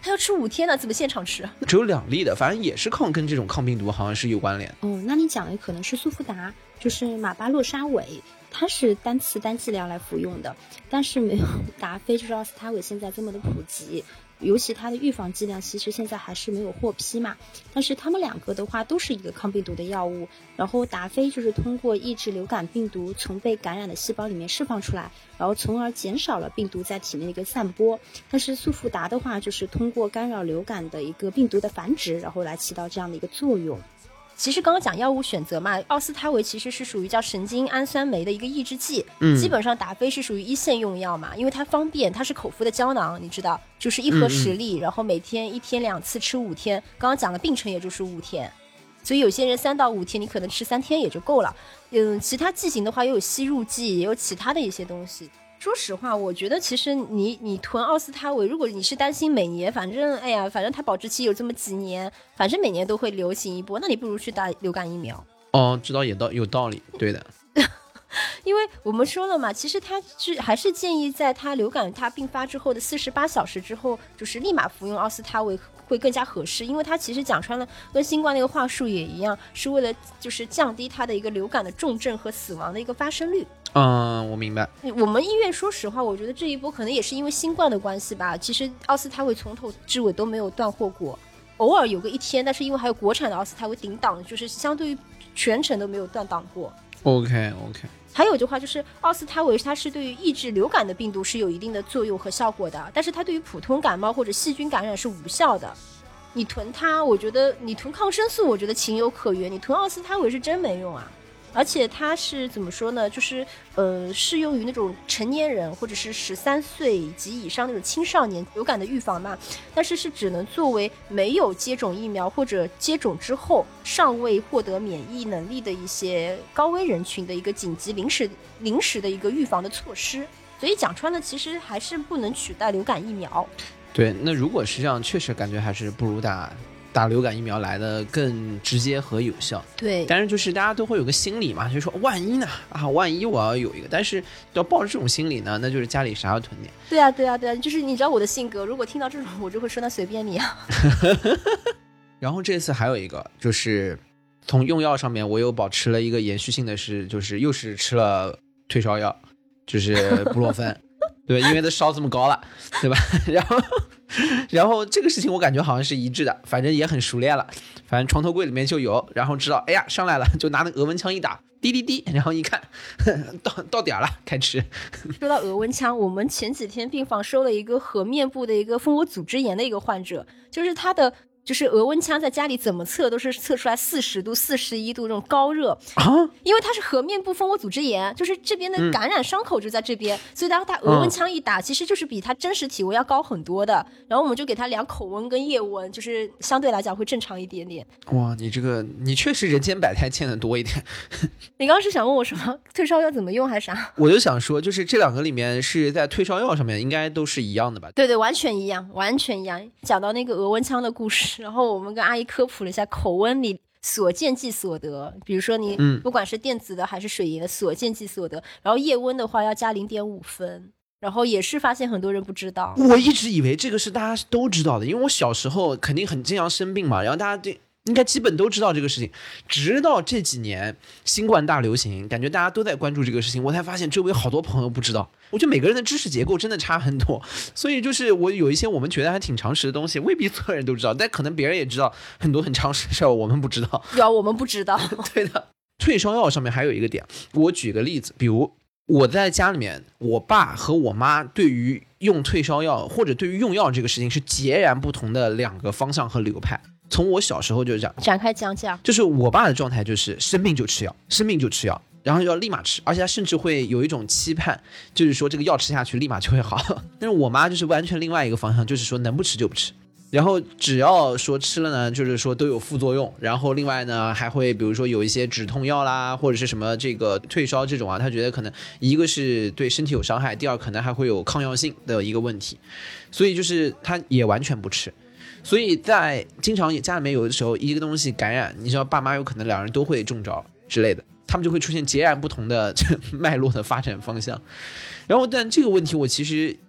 他要吃5天呢，怎么现场吃？ 只有2粒的，反正也是跟这种抗病毒好像是有关联。 那你讲的可能是速福达，就是马巴洛沙韦，它是单次单剂量来服用的，但是没有达菲就是奥司他韦现在这么的普及。尤其它的预防剂量其实现在还是没有获批嘛，但是它们2个的话都是一个抗病毒的药物，然后达菲就是通过抑制流感病毒从被感染的细胞里面释放出来，然后从而减少了病毒在体内的一个散播，但是速福达的话就是通过干扰流感的一个病毒的繁殖，然后来起到这样的一个作用。 其实刚刚讲药物选择嘛，奥司他韦其实是属于叫神经氨酸酶的一个抑制剂，基本上达菲是属于1线用药嘛，因为它方便，它是口服的胶囊，你知道，就是1盒10粒，然后每天1天2次吃5天，刚刚讲的病程也就是5天，所以有些人3到5天你可能吃3天也就够了。其他剂型的话又有吸入剂，也有其他的一些东西。说实话，我觉得其实你囤奥司他韦，如果你是担心每年反正它保质期有这么几年，反正每年都会流行一波，那你不如去打流感疫苗。 知道也有道理，对的。 因为我们说了嘛，其实它还是建议在它流感它并发之后的48小时之后，就是立马服用奥司他韦会更加合适，因为它其实讲穿了跟新冠那个话术也一样，是为了就是降低它的一个流感的重症和死亡的一个发生率。 我明白。 我们医院说实话，我觉得这一波可能也是因为新冠的关系吧，其实奥司他韦从头至尾都没有断货过，偶尔有个1天，但是因为还有国产的奥司他韦顶档，就是相对于全程都没有断档货。 OK。 还有的话就是奥司他韦它是对于抑制流感的病毒是有一定的作用和效果的，但是它对于普通感冒或者细菌感染是无效的。你囤它，我觉得你囤抗生素我觉得情有可原，你囤奥司他韦是真没用啊。而且它是怎么说呢，就是适用于那种成年人或者是13岁及以上那种青少年流感的预防嘛，但是只能作为没有接种疫苗或者接种之后尚未获得免疫能力的一些高危人群的一个紧急临时的一个预防的措施，所以讲穿了其实还是不能取代流感疫苗。 对，那如果是这样，确实感觉还是不如打流感疫苗来的更直接和有效。 对， 但是就是大家都会有个心理嘛，就是说万一呢万一我要有一个，但是要抱着这种心理呢，那就是家里啥要囤点。 对啊，就是你知道我的性格，如果听到这种我就会说那随便你啊。 然后这次还有一个就是从用药上面我有保持了一个延续性的是，就是又是吃了退烧药，就是布洛芬。对，因为它烧这么高了，对吧？然后这个事情我感觉好像是一致的，反正也很熟练了，反正床头柜里面就有，然后知道哎呀上来了，就拿那个额温枪一打，滴滴滴，然后一看到点了，开吃。 说到额温枪，我们前几天病房收了一个颌面部的一个蜂窝组织炎的一个患者，就是他的就是额温枪在家里怎么测都是测出来40度、41度这种高热啊，因为它是颌面部蜂窝组织炎，就是这边的感染伤口就在这边，所以当他额温枪一打，其实就是比他真实体温要高很多的。然后我们就给他量口温跟腋温，就是相对来讲会正常一点点。 哇，你确实人间百态见得多一点。 你刚刚是想问我什么？退烧药怎么用还是啥？ 我就想说，就是这2个里面是在退烧药上面应该都是一样的吧？ 对，完全一样。讲到那个额温枪的故事，然后我们跟阿姨科普了一下口温里所见即所得，比如说你不管是电子的还是水银的所见即所得，然后腋温的话要加0.5分，然后也是发现很多人不知道。 我一直以为这个是大家都知道的，因为我小时候肯定很经常生病嘛，然后大家应该基本都知道这个事情，直到这几年新冠大流行，感觉大家都在关注这个事情，我才发现周围好多朋友不知道。我觉得每个人的知识结构真的差很多，所以就是我有一些我们觉得还挺常识的东西，未必所有人都知道，但可能别人也知道很多很常识的事儿，我们不知道。 对啊，我们不知道。 对的。退烧药上面还有一个点，我举个例子，比如我在家里面，我爸和我妈对于用退烧药或者对于用药这个事情是截然不同的2个方向和流派。从我小时候就是这样， 展开讲讲。 就是我爸的状态就是生病就吃药，然后要立马吃，而且他甚至会有一种期盼，就是说这个药吃下去立马就会好。但是我妈就是完全另外一个方向，就是说能不吃就不吃，然后只要说吃了呢，就是说都有副作用，然后另外呢还会比如说有一些止痛药啦，或者是什么这个退烧这种啊，他觉得可能一个是对身体有伤害，第二可能还会有抗药性的一个问题，所以就是他也完全不吃。所以在经常家里面有的时候一个东西感染，你知道爸妈有可能2人都会中招之类的，他们就会出现截然不同的脉络的发展方向。然后但这个问题我其实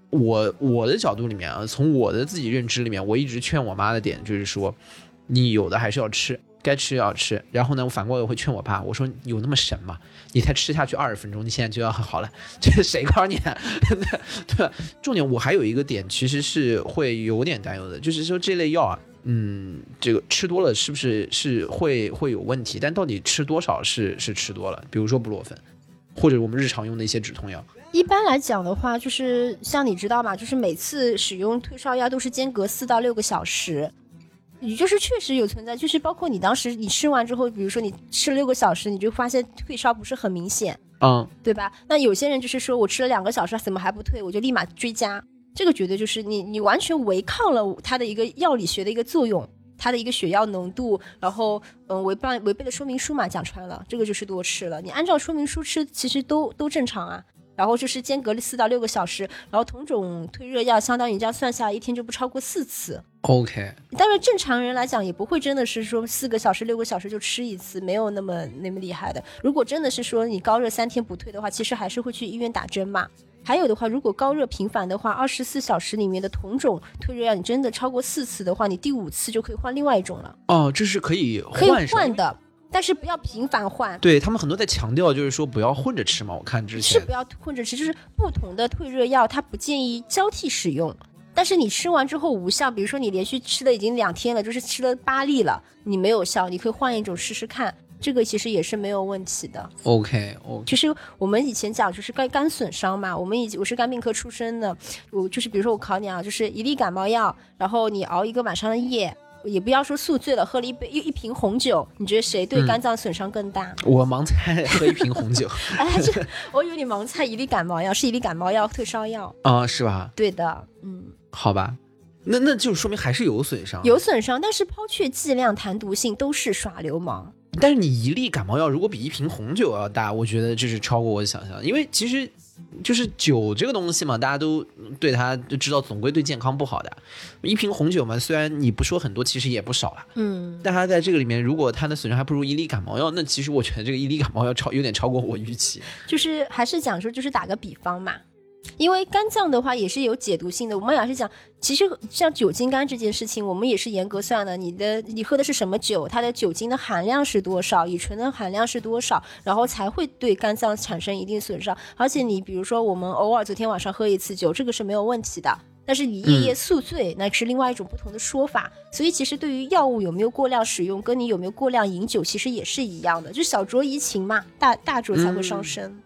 我的角度里面啊，从我的自己认知里面，我一直劝我妈的点就是说，你有的还是要吃，该吃要吃。然后呢，我反过来会劝我爸，我说有那么神吗？你才吃下去20分钟，你现在就要好了，这是谁告诉你的？对吧？重点我还有一个点，其实是会有点担忧的，就是说这类药啊，这个吃多了是不是会有问题？但到底吃多少是吃多了？比如说布洛芬，或者我们日常用的一些止痛药。 一般来讲的话，就是像你知道嘛，就是每次使用退烧药都是间隔4到6个小时。也就是确实有存在，就是包括你当时你吃完之后，比如说你吃了6个小时，你就发现退烧不是很明显，对吧？那有些人就是说我吃了2个小时怎么还不退，我就立马追加，这个绝对就是你完全违抗了它的一个药理学的一个作用，它的一个血药浓度，然后违背了说明书嘛，讲穿了，这个就是多吃了。你按照说明书吃，其实都正常啊。然后就是间隔4到6个小时，然后同种退热药相当于你这样算下来一天就不超过4次。 OK， 但是正常人来讲也不会真的是说4个小时6个小时就吃一次，没有那么厉害的。如果真的是说你高热3天不退的话，其实还是会去医院打针嘛。还有的话，如果高热频繁的话，24小时里面的同种退热药你真的超过4次的话，你第5次就可以换另外一种了。 这是可以换的，但是不要频繁换。 对，他们很多在强调就是说不要混着吃嘛，我看之前是不要混着吃，就是不同的退热药它不建议交替使用，但是你吃完之后无效，比如说你连续吃了已经2天了，就是吃了8粒了，你没有效，你可以换一种试试看，这个其实也是没有问题的。 OK， 其实我们以前讲就是肝损伤嘛，我是肝病科出身的，我就是比如说我考你啊，就是1粒感冒药，然后你熬1个晚上的夜，也不要说宿醉了，喝了一瓶红酒，你觉得谁对肝脏损伤更大？ 我盲猜喝1瓶红酒。 我以为你盲猜1粒感冒药，是1粒感冒药退烧药是吧？ 对的， 好吧，那就说明还是有损伤， 有损伤，但是抛却剂量谈毒性都是耍流氓。 但是你1粒感冒药如果比1瓶红酒要大，我觉得这是超过我的想象，因为其实就是酒这个东西嘛，大家都对它就知道总归对健康不好的。1瓶红酒嘛，虽然你不说很多，其实也不少了，但它在这个里面，如果它的损伤还不如1粒感冒药，那其实我觉得这个1粒感冒药有点超过我预期。就是还是讲说，就是打个比方嘛。因为肝脏的话也是有解毒性的，我们也是讲，其实像酒精肝这件事情，我们也是严格算的。你喝的是什么酒，它的酒精的含量是多少，乙醇的含量是多少，然后才会对肝脏产生一定损伤。而且你比如说我们偶尔昨天晚上喝1次酒，这个是没有问题的，但是你夜夜宿醉，那是另外一种不同的说法。所以其实对于药物有没有过量使用，跟你有没有过量饮酒其实也是一样的，就小酌怡情嘛，大酌才会伤身。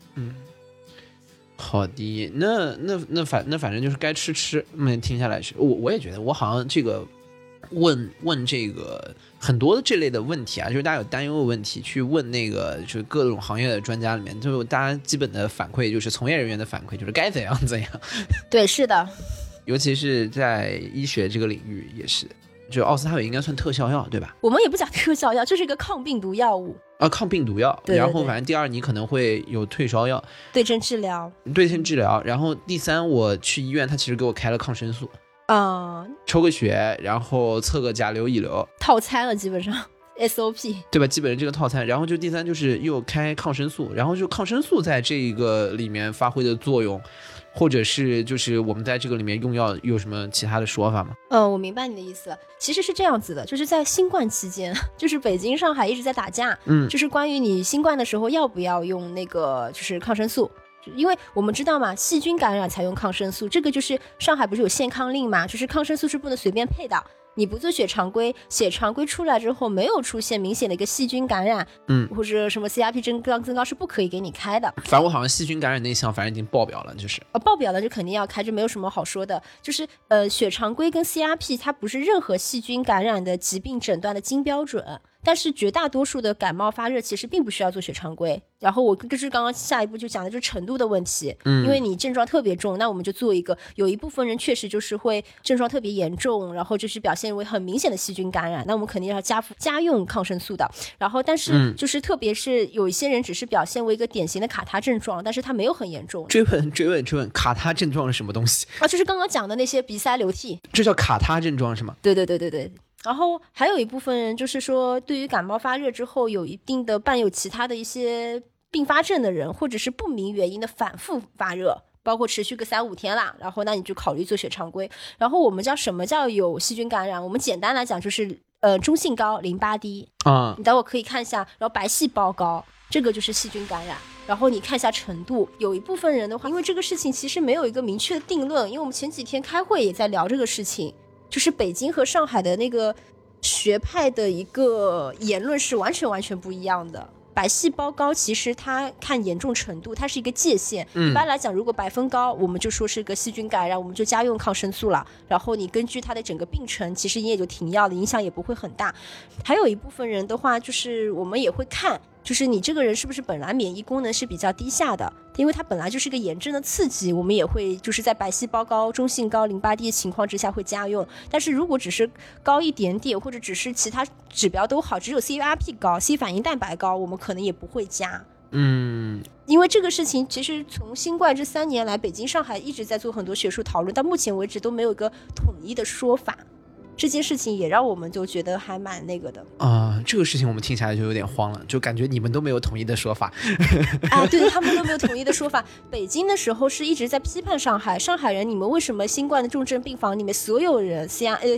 好的，那反正就是该吃，听下来是，我也觉得我好像这个问这个很多的这类的问题啊，就是大家有担忧的问题去问那个就是各种行业的专家里面，就大家基本的反馈就是从业人员的反馈就是该怎样怎样。 对，是的，尤其是在医学这个领域也是，就奥司他韦应该算特效药对吧？ 我们也不讲特效药，这是一个抗病毒药物。 抗病毒药，对对对，然后反正第2你可能会有退烧药， 对症治疗， 然后第3我去医院他其实给我开了抗生素，抽个血，然后测个甲流乙流， 套餐了基本上 SOP 对吧？基本上这个套餐，然后就第3就是又开抗生素，然后就抗生素在这个里面发挥的作用，或者是就是我们在这个里面用药有什么其他的说法吗？ 我明白你的意思了。其实是这样子的，就是在新冠期间，就是北京上海一直在打架，就是关于你新冠的时候要不要用那个就是抗生素。因为我们知道嘛，细菌感染才用抗生素，这个就是上海不是有限抗令嘛，就是抗生素是不能随便配的。你不做血常规，血常规出来之后没有出现明显的一个细菌感染，或者什么 CRP 增高是不可以给你开的。 反正我好像细菌感染那项反正已经爆表了，就是爆表了就肯定要开，就没有什么好说的。就是血常规跟 CRP 它不是任何细菌感染的疾病诊断的金标准。但是绝大多数的感冒发热其实并不需要做血常规，然后我就是刚刚下一步就讲的就是程度的问题，因为你症状特别重，那我们就做一个，有一部分人确实就是会症状特别严重，然后就是表现为很明显的细菌感染，那我们肯定要加用抗生素的。然后但是就是特别是有一些人只是表现为一个典型的卡他症状，但是他没有很严重。追问，卡他症状是什么东西啊？就是刚刚讲的那些鼻塞流涕， 这叫卡他症状是吗？ 对。然后还有一部分人就是说，对于感冒发热之后有一定的伴有其他的一些并发症的人，或者是不明原因的反复发热， 包括持续个3-5天啦，然后那你就考虑做血常规。然后我们什么叫有细菌感染？我们简单来讲就是中性高，淋巴低啊，你待会可以看一下，然后白细胞高，这个就是细菌感染。然后你看一下程度，有一部分人的话，因为这个事情其实没有一个明确的定论，因为我们前几天开会也在聊这个事情，就是北京和上海的那个学派的一个言论是完全不一样的。白细胞高其实它看严重程度，它是一个界限。一般来讲，如果白分高，我们就说是个细菌感染，我们就加用抗生素了。然后你根据它的整个病程，其实你也就停药了，影响也不会很大。还有一部分人的话，就是我们也会看，就是你这个人是不是本来免疫功能是比较低下的，因为它本来就是个炎症的刺激，我们也会就是在白细胞高、中性高、淋巴低的情况之下会加用。但是如果只是高一点点，或者只是其他指标都好，只有 CRP 高、C 反应蛋白高，我们可能也不会加。因为这个事情其实从新冠这3年来，北京上海一直在做很多学术讨论，到目前为止都没有一个统一的说法。这件事情也让我们就觉得还蛮那个的这个事情我们听起来就有点慌了，就感觉你们都没有统一的说法对，他们都没有统一的说法。北京的时候是一直在批判上海，上海人你们为什么新冠的重症病房里面所有人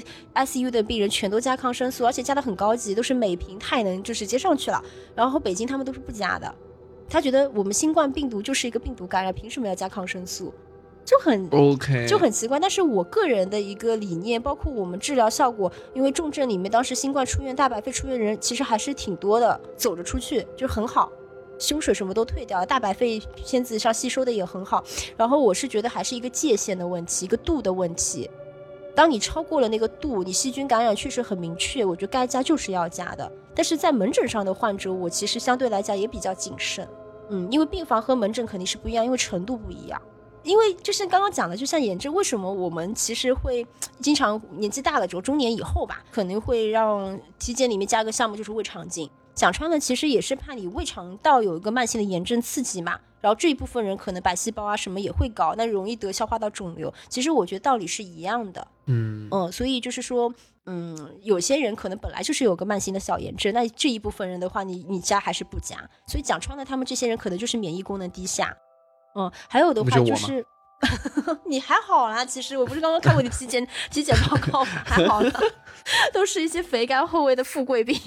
ICU 的病人全都加抗生素，而且加的很高级，都是每瓶太能就直接上去了。然后北京他们都是不加的，他觉得我们新冠病毒就是一个病毒感染，凭什么要加抗生素，就很奇怪。但是我个人的一个理念，包括我们治疗效果，因为重症里面当时新冠出院大白肺出院人其实还是挺多的，走着出去就很好，胸水什么都退掉了，大白肺片子上吸收的也很好。然后我是觉得还是一个界限的问题，一个度的问题。当你超过了那个度，你细菌感染确实很明确，我觉得该加就是要加的。但是在门诊上的患者，我其实相对来讲也比较谨慎，因为病房和门诊肯定是不一样，因为程度不一样。因为就是刚刚讲的，就像炎症，为什么我们其实会经常年纪大了之后，中年以后吧，可能会让体检里面加个项目，就是胃肠镜。讲穿了其实也是怕你胃肠道有一个慢性的炎症刺激嘛，然后这一部分人可能白细胞啊什么也会高，那容易得消化道肿瘤。其实我觉得道理是一样的。所以就是说有些人可能本来就是有个慢性的小炎症，那这一部分人的话你加还是不加？所以讲穿了他们这些人可能就是免疫功能低下。还有的话就是你还好啦，其实我不是刚刚看过你体检报告吗？还好啦，都是一些肥甘厚味的富贵病。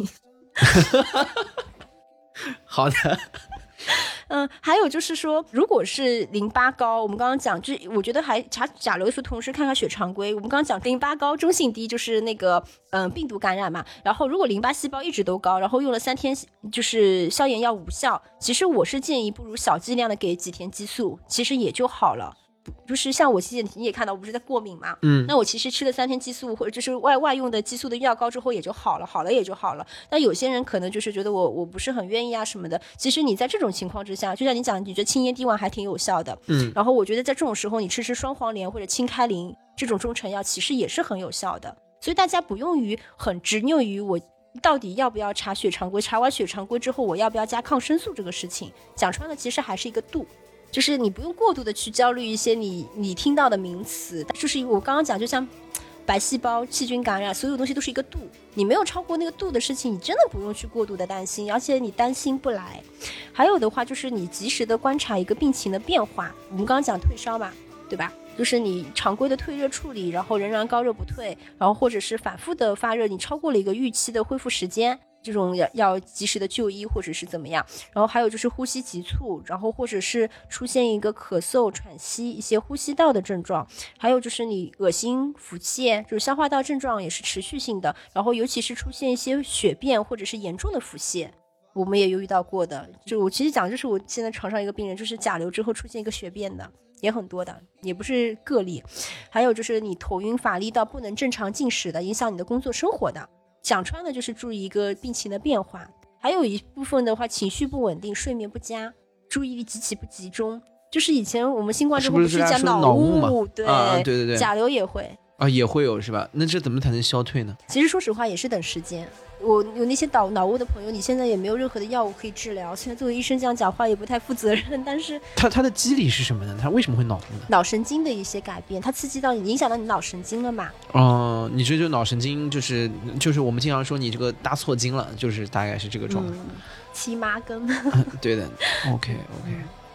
好的。 还有就是说，如果是淋巴高，我们刚刚讲，就我觉得还查甲流素，同时看看血常规。我们刚刚讲淋巴高中性低，就是那个病毒感染嘛。然后如果淋巴细胞一直都高，然后用了3天就是消炎药无效，其实我是建议不如小剂量的给几天激素，其实也就好了。就是像我体检你也看到我不是在过敏嘛，那我其实吃了3天激素或者就是外用的激素的药膏之后也就好了也就好了。那有些人可能就是觉得我不是很愿意啊什么的，其实你在这种情况之下，就像你讲你觉得清咽滴丸还挺有效的，然后我觉得在这种时候你吃双黄连或者清开灵这种中成药其实也是很有效的。所以大家不用于很执拗于我到底要不要查血常规，查完血常规之后我要不要加抗生素这个事情，讲穿了其实还是一个度，就是你不用过度的去焦虑一些你听到的名词，就是我刚刚讲就像白细胞细菌感染，所有东西都是一个度，你没有超过那个度的事情，你真的不用去过度的担心，而且你担心不来。还有的话就是你及时的观察一个病情的变化，我们刚刚讲退烧嘛，对吧？就是你常规的退热处理，然后仍然高热不退，然后或者是反复的发热，你超过了一个预期的恢复时间，这种要及时的就医或者是怎么样。然后还有就是呼吸急促，然后或者是出现一个咳嗽喘息一些呼吸道的症状，还有就是你恶心腹泻，就是消化道症状也是持续性的，然后尤其是出现一些血便或者是严重的腹泻，我们也有遇到过的。就我其实讲就是我现在床上一个病人，就是甲流之后出现一个血便的也很多的，也不是个例。还有就是你头晕乏力到不能正常进食的，影响你的工作生活的，讲穿的就是注意一个病情的变化。还有一部分的话情绪不稳定，睡眠不佳，注意力极其不集中，就是以前我们新冠之后不是讲脑雾吗？对、对对对，甲流也会也会有是吧？那这怎么才能消退呢？ 其实说实话也是等时间。我有那些脑雾的朋友，你现在也没有任何的药物可以治疗，现在作为医生这样讲话也不太负责任。但是它的机理是什么呢？它为什么会脑雾呢？ 脑神经的一些改变，它刺激到你，影响到你脑神经了嘛？ 你这就脑神经就是我们经常说你这个搭错筋了，就是大概是这个状态。 七妈根。 对的。OK。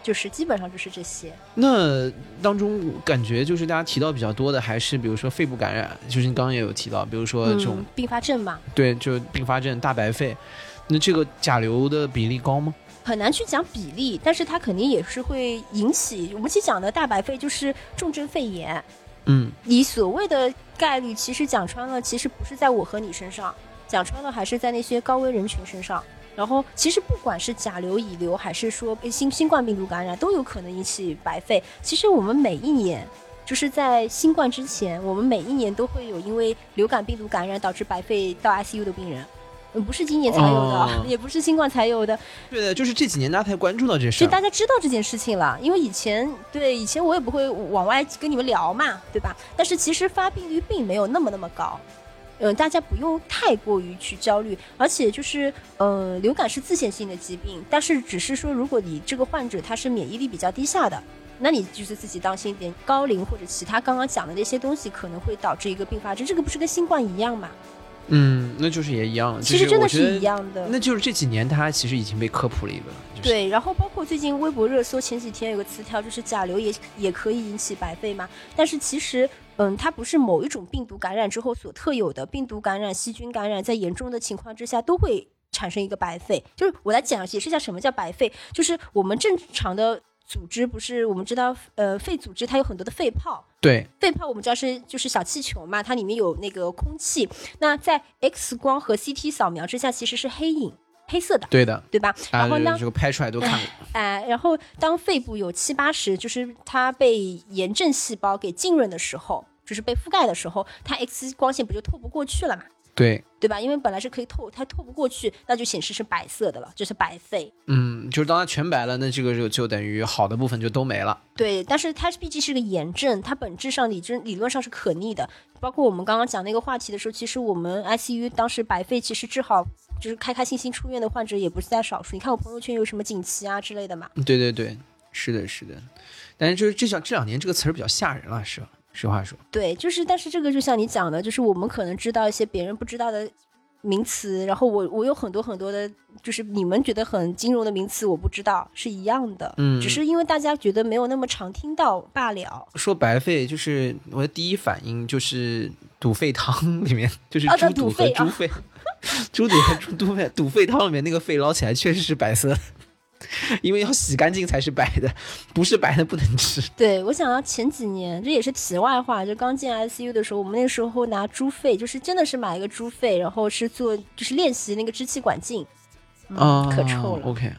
就是基本上就是这些。 那当中感觉就是大家提到比较多的还是比如说肺部感染，就是你刚刚也有提到，比如说这种、 并发症嘛。 对，就并发症大白肺，那这个甲流的比例高吗？ 很难去讲比例，但是它肯定也是会引起我们其实讲的大白肺就是重症肺炎。你所谓的概率其实讲穿了，其实不是在我和你身上，讲穿了还是在那些高危人群身上。然后其实不管是甲流、乙流还是说新冠病毒感染，都有可能引起白肺。其实我们每一年就是在新冠之前，我们每一年都会有因为流感病毒感染导致白肺到 ICU 的病人。不是今年才有的，也不是新冠才有的。 对的，就是这几年大家才关注到这事， 就大家知道这件事情了。因为以前我也不会往外跟你们聊嘛，对吧？但是其实发病率并没有那么高。大家不用太过于去焦虑，而且就是流感是自限性的疾病，但是只是说如果你这个患者他是免疫力比较低下的，那你就是自己当心一点，高龄或者其他刚刚讲的那些东西可能会导致一个并发症，这个不是跟新冠一样吗？ 那就是也一样了。 其实真的是一样的。 那就是这几年它其实已经被科普了一个了。 对，然后包括最近微博热搜前几天有个词条，就是甲流也可以引起白肺嘛。但是其实它不是某一种病毒感染之后所特有的，病毒感染、细菌感染在严重的情况之下都会产生一个白肺。就是我来解释一下什么叫白肺，就是我们正常的组织不是我们知道肺组织它有很多的肺泡。 对， 肺泡我们知道就是小气球嘛，它里面有那个空气，那在 X 光和 CT 扫描之下其实是黑影，黑色的。对的， 对吧？然后呢， 这个拍出来都看过。 然后当肺部有70-80，就是它被炎症细胞给浸润的时候，就是被覆盖的时候，它 X 光线不就透不过去了嘛？对吧？因为本来是可以透，它透不过去，那就显示是白色的了，就是白肺。 就是当它全白了，那这个就等于好的部分就都没了。 对，但是它毕竟是个炎症，它本质上理论上是可逆的。包括我们刚刚讲那个话题的时候，其实我们 ICU 当时白肺其实治好，就是开心心出院的患者也不是在少数。你看我朋友圈有什么锦旗啊之类的嘛？ 对，是的。但是就是这两年这个词儿比较吓人了，是吧？实话说， 对，但是这个就像你讲的，就是我们可能知道一些别人不知道的名词，然后我有很多的，就是你们觉得很金融的名词我不知道，是一样的，只是因为大家觉得没有那么常听到罢了。 说白肺，就是我的第一反应就是肚肺汤里面，就是猪肚和猪肺，猪肚和肚肺汤里面那个肺捞起来确实是白色的。因为要洗干净才是白的，不是白的不能吃。对， 我想到前几年，这也是题外话，就刚进 ICU 的时候，我们那时候拿猪肺，就是真的是买一个猪肺，然后是做就是练习那个支气管镜，可臭了。 OK，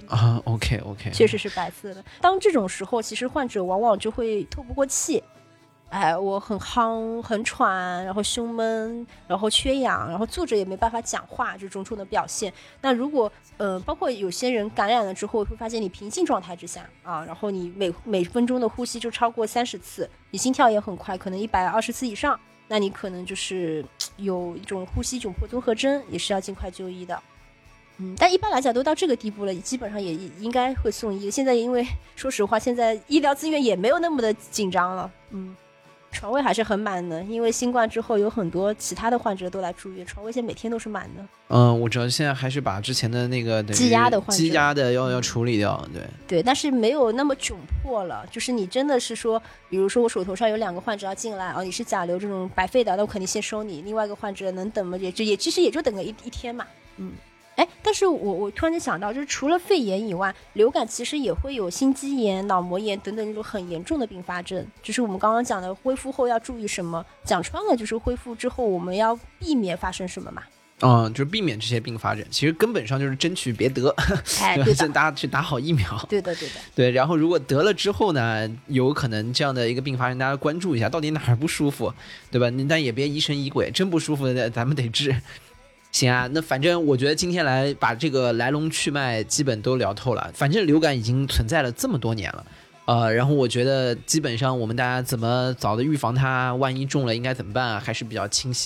OK， 确实是白色的。当这种时候，其实患者往往就会透不过气。我很夯很喘，然后胸闷，然后缺氧，然后坐着也没办法讲话，这种的表现。那如果包括有些人感染了之后会发现你平静状态之下然后你每分钟的呼吸就超过30次，你心跳也很快，可能120次以上，那你可能就是有一种呼吸窘迫综合征，也是要尽快就医的。但一般来讲都到这个地步了，基本上也应该会送医。现在因为说实话，现在医疗资源也没有那么的紧张了，床位还是很满的，因为新冠之后有很多其他的患者都来住院，床位现在每天都是满的。 我知道现在还是把之前的那个积压的患者， 积压的要处理掉， 对，但是没有那么窘迫了。就是你真的是说，比如说我手头上有2个患者要进来你是甲流这种白肺的，那我肯定先收你。另外一个患者能等吗？其实也就等个一天嘛。但是我突然间想到，就是除了肺炎以外，流感其实也会有心肌炎、脑膜炎等等那种很严重的并发症。就是我们刚刚讲的恢复后要注意什么，讲穿了就是恢复之后我们要避免发生什么嘛。 就是避免这些并发症，其实根本上就是争取别得， 对大家去打好疫苗。 对， 然后如果得了之后呢，有可能这样的一个并发症，大家关注一下，到底哪儿不舒服，对吧？但也别疑神疑鬼，真不舒服的咱们得治。行啊，那反正我觉得今天来把这个来龙去脉基本都聊透了。反正流感已经存在了这么多年了，然后我觉得基本上我们大家怎么早的预防它，万一中了应该怎么办还是比较清晰的。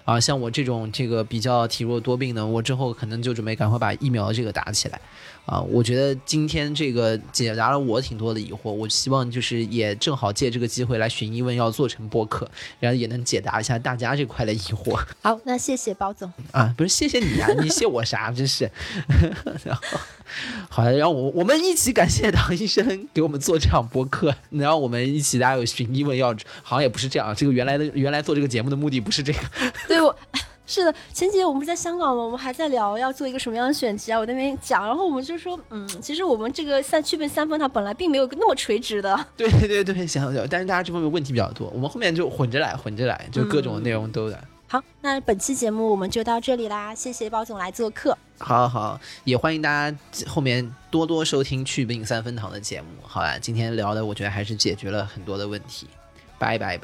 啊，像我这种比较体弱多病的，我之后可能就准备赶快把疫苗这个打起来啊。我觉得今天这个解答了我挺多的疑惑，我希望就是也正好借这个机会来寻医问药做成播客，然后也能解答一下大家这块的疑惑。 好，那谢谢包总啊，不是谢谢你啊，你谢我啥？真是。然后好的，然后我们一起感谢唐医生给我们做这场播客，然后我们一起大家有寻医问药，好像也不是这样，这个原来做这个节目的目的不是这个。 对，是的，前几天我们不是在香港吗？我们还在聊要做一个什么样的选题啊，我在那边讲，然后我们就说，其实我们这个祛病3分堂本来并没有那么垂直的。 对，想，但是大家这方面问题比较多，我们后面就混着来，就各种内容都来。 好，那本期节目我们就到这里啦，谢谢包总来做客。 好，也欢迎大家后面多多收听祛病3分堂的节目。好啦，今天聊的我觉得还是解决了很多的问题。拜拜。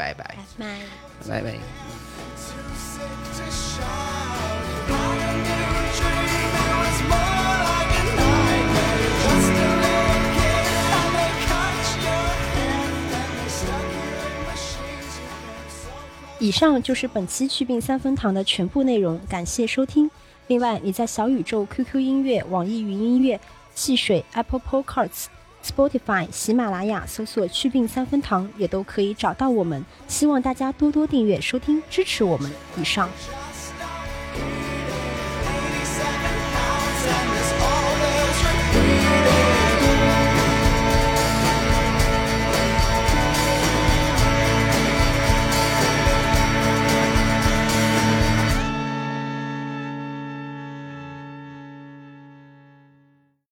以上就是本期祛病3分堂的全部内容，感谢收听。另外，你在小宇宙、QQ 音乐、网易云音乐、汽水、Apple Podcasts、Spotify、喜马拉雅搜索祛病3分堂也都可以找到我们。希望大家多多订阅收听，支持我们。以上。